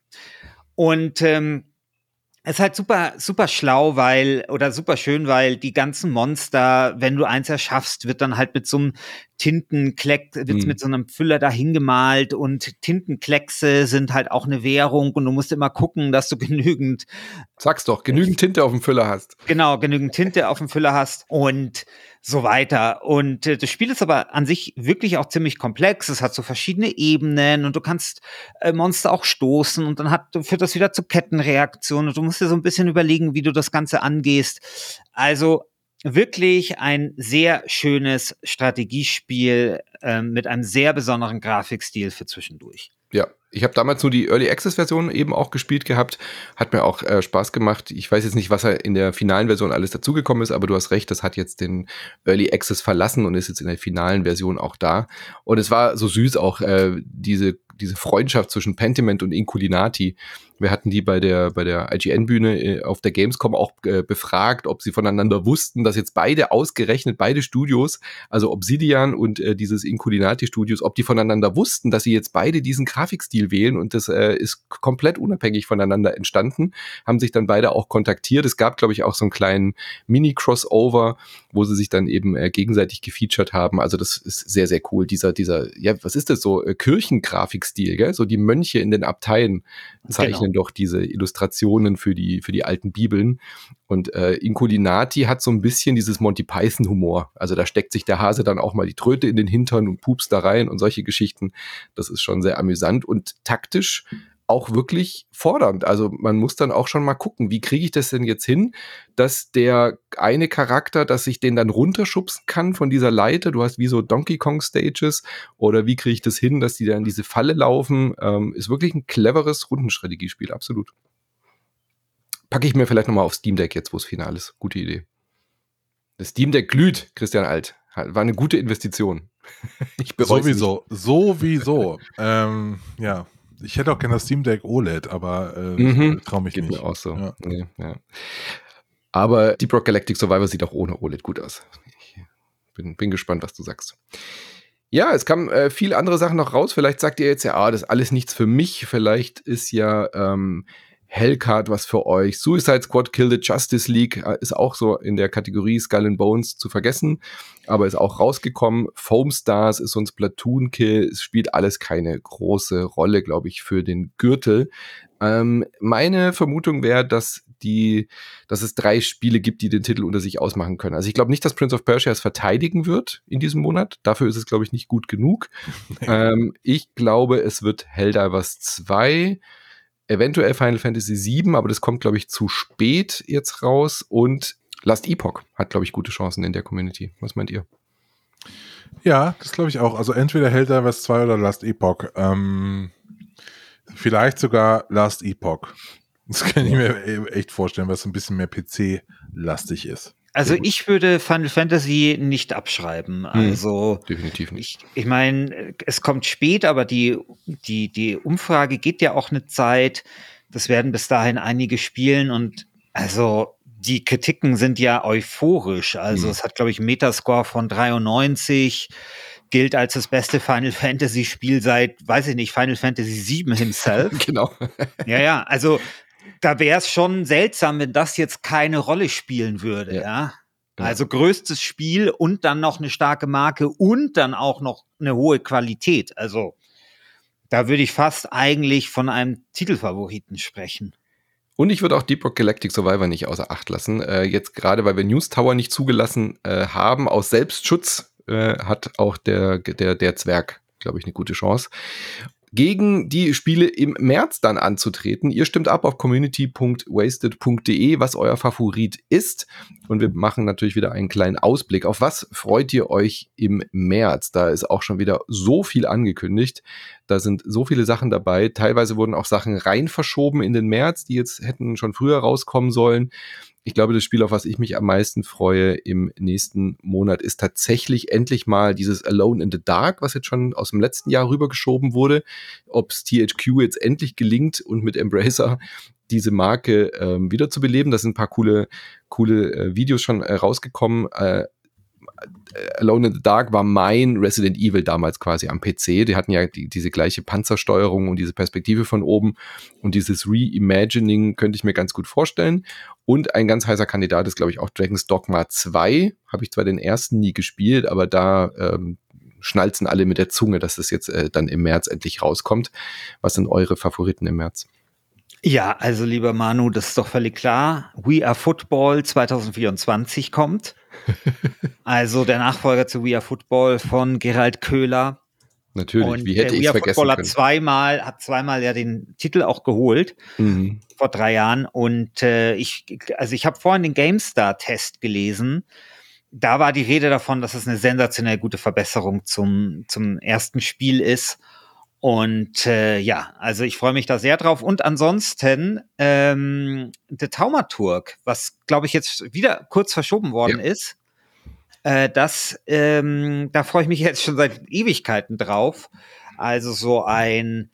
Und ähm, es ist halt super, super schlau, weil, oder super schön, weil die ganzen Monster, wenn du eins erschaffst, wird dann halt mit so einem Tintenkleck, wird hm. mit so einem Füller dahin gemalt, und Tintenkleckse sind halt auch eine Währung, und du musst immer gucken, dass du genügend, sag's doch, genügend Tinte auf dem Füller hast. Genau, genügend Tinte auf dem Füller hast und so weiter. Und äh, das Spiel ist aber an sich wirklich auch ziemlich komplex. Es hat so verschiedene Ebenen und du kannst äh, Monster auch stoßen, und dann hat, führt das wieder zu Kettenreaktionen, und du musst dir so ein bisschen überlegen, wie du das Ganze angehst. Also wirklich ein sehr schönes Strategiespiel äh, mit einem sehr besonderen Grafikstil für zwischendurch. Ja, ich habe damals nur die Early Access Version eben auch gespielt gehabt, hat mir auch äh, Spaß gemacht. Ich weiß jetzt nicht, was in der finalen Version alles dazugekommen ist, aber du hast recht, das hat jetzt den Early Access verlassen und ist jetzt in der finalen Version auch da. Und es war so süß auch, äh, diese diese Freundschaft zwischen Pentiment und Inkulinati. Wir hatten die bei der bei der I G N-Bühne äh, auf der Gamescom auch äh, befragt, ob sie voneinander wussten, dass jetzt beide ausgerechnet, beide Studios, also Obsidian und äh, dieses Inkulinati-Studios, ob die voneinander wussten, dass sie jetzt beide diesen Grafikstil wählen, und das äh, ist komplett unabhängig voneinander entstanden, haben sich dann beide auch kontaktiert. Es gab, glaube ich, auch so einen kleinen Mini-Crossover, wo sie sich dann eben äh, gegenseitig gefeatured haben. Also das ist sehr, sehr cool. Dieser, dieser, ja, was ist das so? Äh, Kirchengrafikstil, gell? So die Mönche in den Abteien zeichnen genau doch diese Illustrationen für die, für die alten Bibeln. Und äh, Inkulinati hat so ein bisschen dieses Monty Python-Humor. Also da steckt sich der Hase dann auch mal die Tröte in den Hintern und pupst da rein und solche Geschichten. Das ist schon sehr amüsant und taktisch auch wirklich fordernd. Also man muss dann auch schon mal gucken, wie kriege ich das denn jetzt hin, dass der eine Charakter, dass ich den dann runterschubsen kann von dieser Leiter, du hast wie so Donkey Kong Stages, oder wie kriege ich das hin, dass die dann in diese Falle laufen, ähm, ist wirklich ein cleveres Rundenstrategiespiel, absolut. Packe ich mir vielleicht nochmal auf Steam Deck jetzt, wo es final ist. Gute Idee. Das Steam Deck glüht, Christian Alt. War eine gute Investition. Ich bereue es Sowieso, sowieso. ähm, ja, ich hätte auch gerne das Steam Deck O L E D, aber äh, Mhm. traue mich Geht nicht. mir auch so. Ja. Nee, ja. Aber Deep Rock Galactic Survivor sieht auch ohne O L E D gut aus. Ich bin, bin gespannt, was du sagst. Ja, es kamen äh, viele andere Sachen noch raus. Vielleicht sagt ihr jetzt ja, ah, das ist alles nichts für mich. Vielleicht ist ja ähm, Hellcard was für euch. Suicide Squad Kill the Justice League äh, ist auch so in der Kategorie Skull and Bones zu vergessen, aber ist auch rausgekommen. Foam Stars ist so ein Splatoon-Kill. Es spielt alles keine große Rolle, glaube ich, für den Gürtel. Ähm, meine Vermutung wäre, dass die, dass es drei Spiele gibt, die den Titel unter sich ausmachen können. Also ich glaube nicht, dass Prince of Persia es verteidigen wird in diesem Monat. Dafür ist es, glaube ich, nicht gut genug. ähm, ich glaube, es wird Helldivers zwei, eventuell Final Fantasy sieben, aber das kommt, glaube ich, zu spät jetzt raus. Und Last Epoch hat, glaube ich, gute Chancen in der Community. Was meint ihr? Ja, das glaube ich auch. Also entweder Helldivers zwei oder Last Epoch. Ähm, vielleicht sogar Last Epoch. Das kann ich mir echt vorstellen, was ein bisschen mehr P C-lastig ist. Also ich würde Final Fantasy nicht abschreiben. Also definitiv nicht. Ich, ich meine, es kommt spät, aber die, die, die Umfrage geht ja auch eine Zeit. Das werden bis dahin einige spielen und also die Kritiken sind ja euphorisch. Also mhm. es hat, glaube ich, einen Metascore von dreiundneunzig, gilt als das beste Final Fantasy Spiel seit, weiß ich nicht, Final Fantasy sieben himself. Genau. Ja, ja, also da wäre es schon seltsam, wenn das jetzt keine Rolle spielen würde, ja. ja? Ja. Also größtes Spiel und dann noch eine starke Marke und dann auch noch eine hohe Qualität. Also da würde ich fast eigentlich von einem Titelfavoriten sprechen. Und ich würde auch Deep Rock Galactic Survivor nicht außer Acht lassen. Äh, jetzt gerade, weil wir News Tower nicht zugelassen äh, haben, aus Selbstschutz äh, hat auch der, der, der Zwerg, glaube ich, eine gute Chance, gegen die Spiele im März dann anzutreten. Ihr stimmt ab auf community punkt wasted punkt de, was euer Favorit ist. Und wir machen natürlich wieder einen kleinen Ausblick. Auf was freut ihr euch im März? Da ist auch schon wieder so viel angekündigt. Da sind so viele Sachen dabei. Teilweise wurden auch Sachen rein verschoben in den März, die jetzt hätten schon früher rauskommen sollen. Ich glaube, das Spiel, auf was ich mich am meisten freue im nächsten Monat, ist tatsächlich endlich mal dieses Alone in the Dark, was jetzt schon aus dem letzten Jahr rübergeschoben wurde. Ob es T H Q jetzt endlich gelingt und mit Embracer diese Marke ähm, wiederzubeleben. Da sind ein paar coole, coole äh, Videos schon äh, rausgekommen. Äh, Alone in the Dark war mein Resident Evil damals quasi am P C. Die hatten ja die, diese gleiche Panzersteuerung und diese Perspektive von oben. Und dieses Reimagining könnte ich mir ganz gut vorstellen. Und ein ganz heißer Kandidat ist, glaube ich, auch Dragon's Dogma zwei. Habe ich zwar den ersten nie gespielt, aber da ähm, schnalzen alle mit der Zunge, dass das jetzt äh, dann im März endlich rauskommt. Was sind eure Favoriten im März? Ja, also lieber Manu, das ist doch völlig klar. We Are Football zwanzig vierundzwanzig kommt. Also der Nachfolger zu We Are Football von Gerald Köhler. Natürlich, und wie hätte ich es vergessen Football können. Hat zweimal, hat zweimal ja den Titel auch geholt, mhm. vor drei Jahren. Und äh, ich, also ich habe vorhin den GameStar-Test gelesen. Da war die Rede davon, dass es eine sensationell gute Verbesserung zum, zum ersten Spiel ist. Und äh, ja, also ich freue mich da sehr drauf. Und ansonsten ähm, der Taumaturg, was, glaube ich, jetzt wieder kurz verschoben worden ja. ist, äh, das, ähm, da freue ich mich jetzt schon seit Ewigkeiten drauf. Also so ein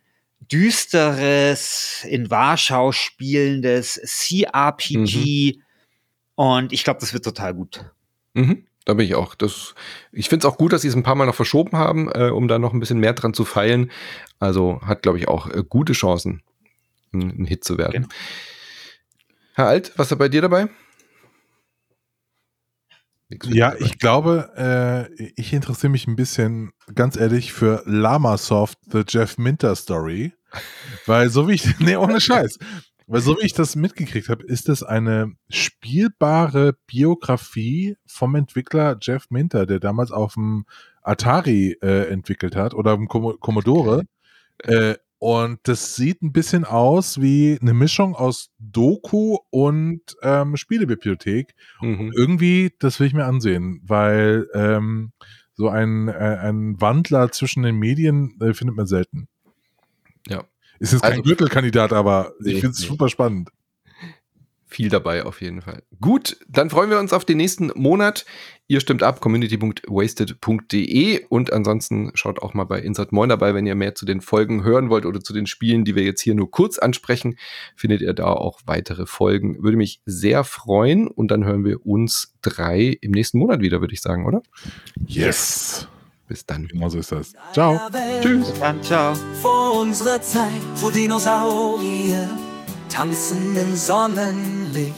düsteres, in Warschau spielendes C R P G. Mhm. Und ich glaube, das wird total gut. Mhm. Da bin ich auch. Das, ich finde es auch gut, dass sie es ein paar Mal noch verschoben haben, äh, um da noch ein bisschen mehr dran zu feilen. Also hat, glaube ich, auch äh, gute Chancen, ein, ein Hit zu werden. Genau. Herr Alt, was ist bei dir dabei? Ja, ich glaube, äh, ich interessiere mich ein bisschen, ganz ehrlich, für Lamasoft, The Jeff Minter Story. Weil so wie ich, nee, ohne Scheiß. Weil so wie ich das mitgekriegt habe, ist es eine spielbare Biografie vom Entwickler Jeff Minter, der damals auf dem Atari äh, entwickelt hat oder auf dem Com- Commodore. Äh, und das sieht ein bisschen aus wie eine Mischung aus Doku und ähm, Spielebibliothek. Mhm. Und irgendwie, das will ich mir ansehen, weil ähm, so ein, äh, ein Wandler zwischen den Medien äh, findet man selten. Ja. Ist jetzt kein also, Gürtelkandidat, aber nee, ich finde es nee. super spannend. viel dabei auf jeden Fall. Gut, dann freuen wir uns auf den nächsten Monat. Ihr stimmt ab, community punkt wasted punkt de und ansonsten schaut auch mal bei Insert Moin dabei, wenn ihr mehr zu den Folgen hören wollt oder zu den Spielen, die wir jetzt hier nur kurz ansprechen, findet ihr da auch weitere Folgen. Würde mich sehr freuen und dann hören wir uns drei im nächsten Monat wieder, würde ich sagen, oder? Yes! Bis dann. Genau so ist das. Ciao. Tschüss. Dann ciao. Vor unserer Zeit, wo Dinosaurier tanzen im Sonnenlicht.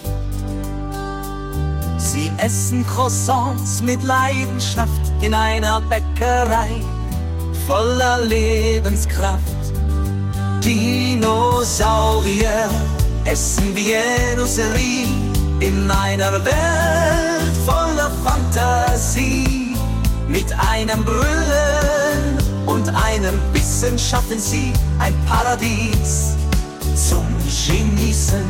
Sie essen Croissants mit Leidenschaft in einer Bäckerei voller Lebenskraft. Dinosaurier essen wie Genusserie in einer Welt voller Fantasie. Mit einem Brüllen und einem Bissen schaffen sie ein Paradies zum Genießen.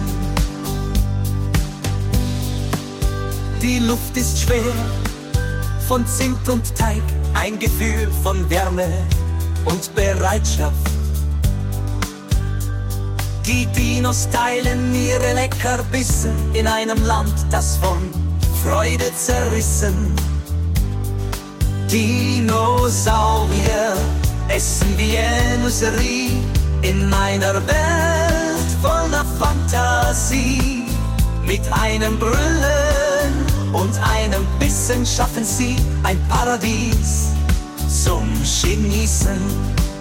Die Luft ist schwer von Zimt und Teig, ein Gefühl von Wärme und Bereitschaft. Die Dinos teilen ihre Leckerbisse in einem Land, das von Freude zerrissen. Dinosaurier essen wie Genusserie in einer Welt voller Fantasie. Mit einem Brüllen und einem Bissen schaffen sie ein Paradies zum Genießen.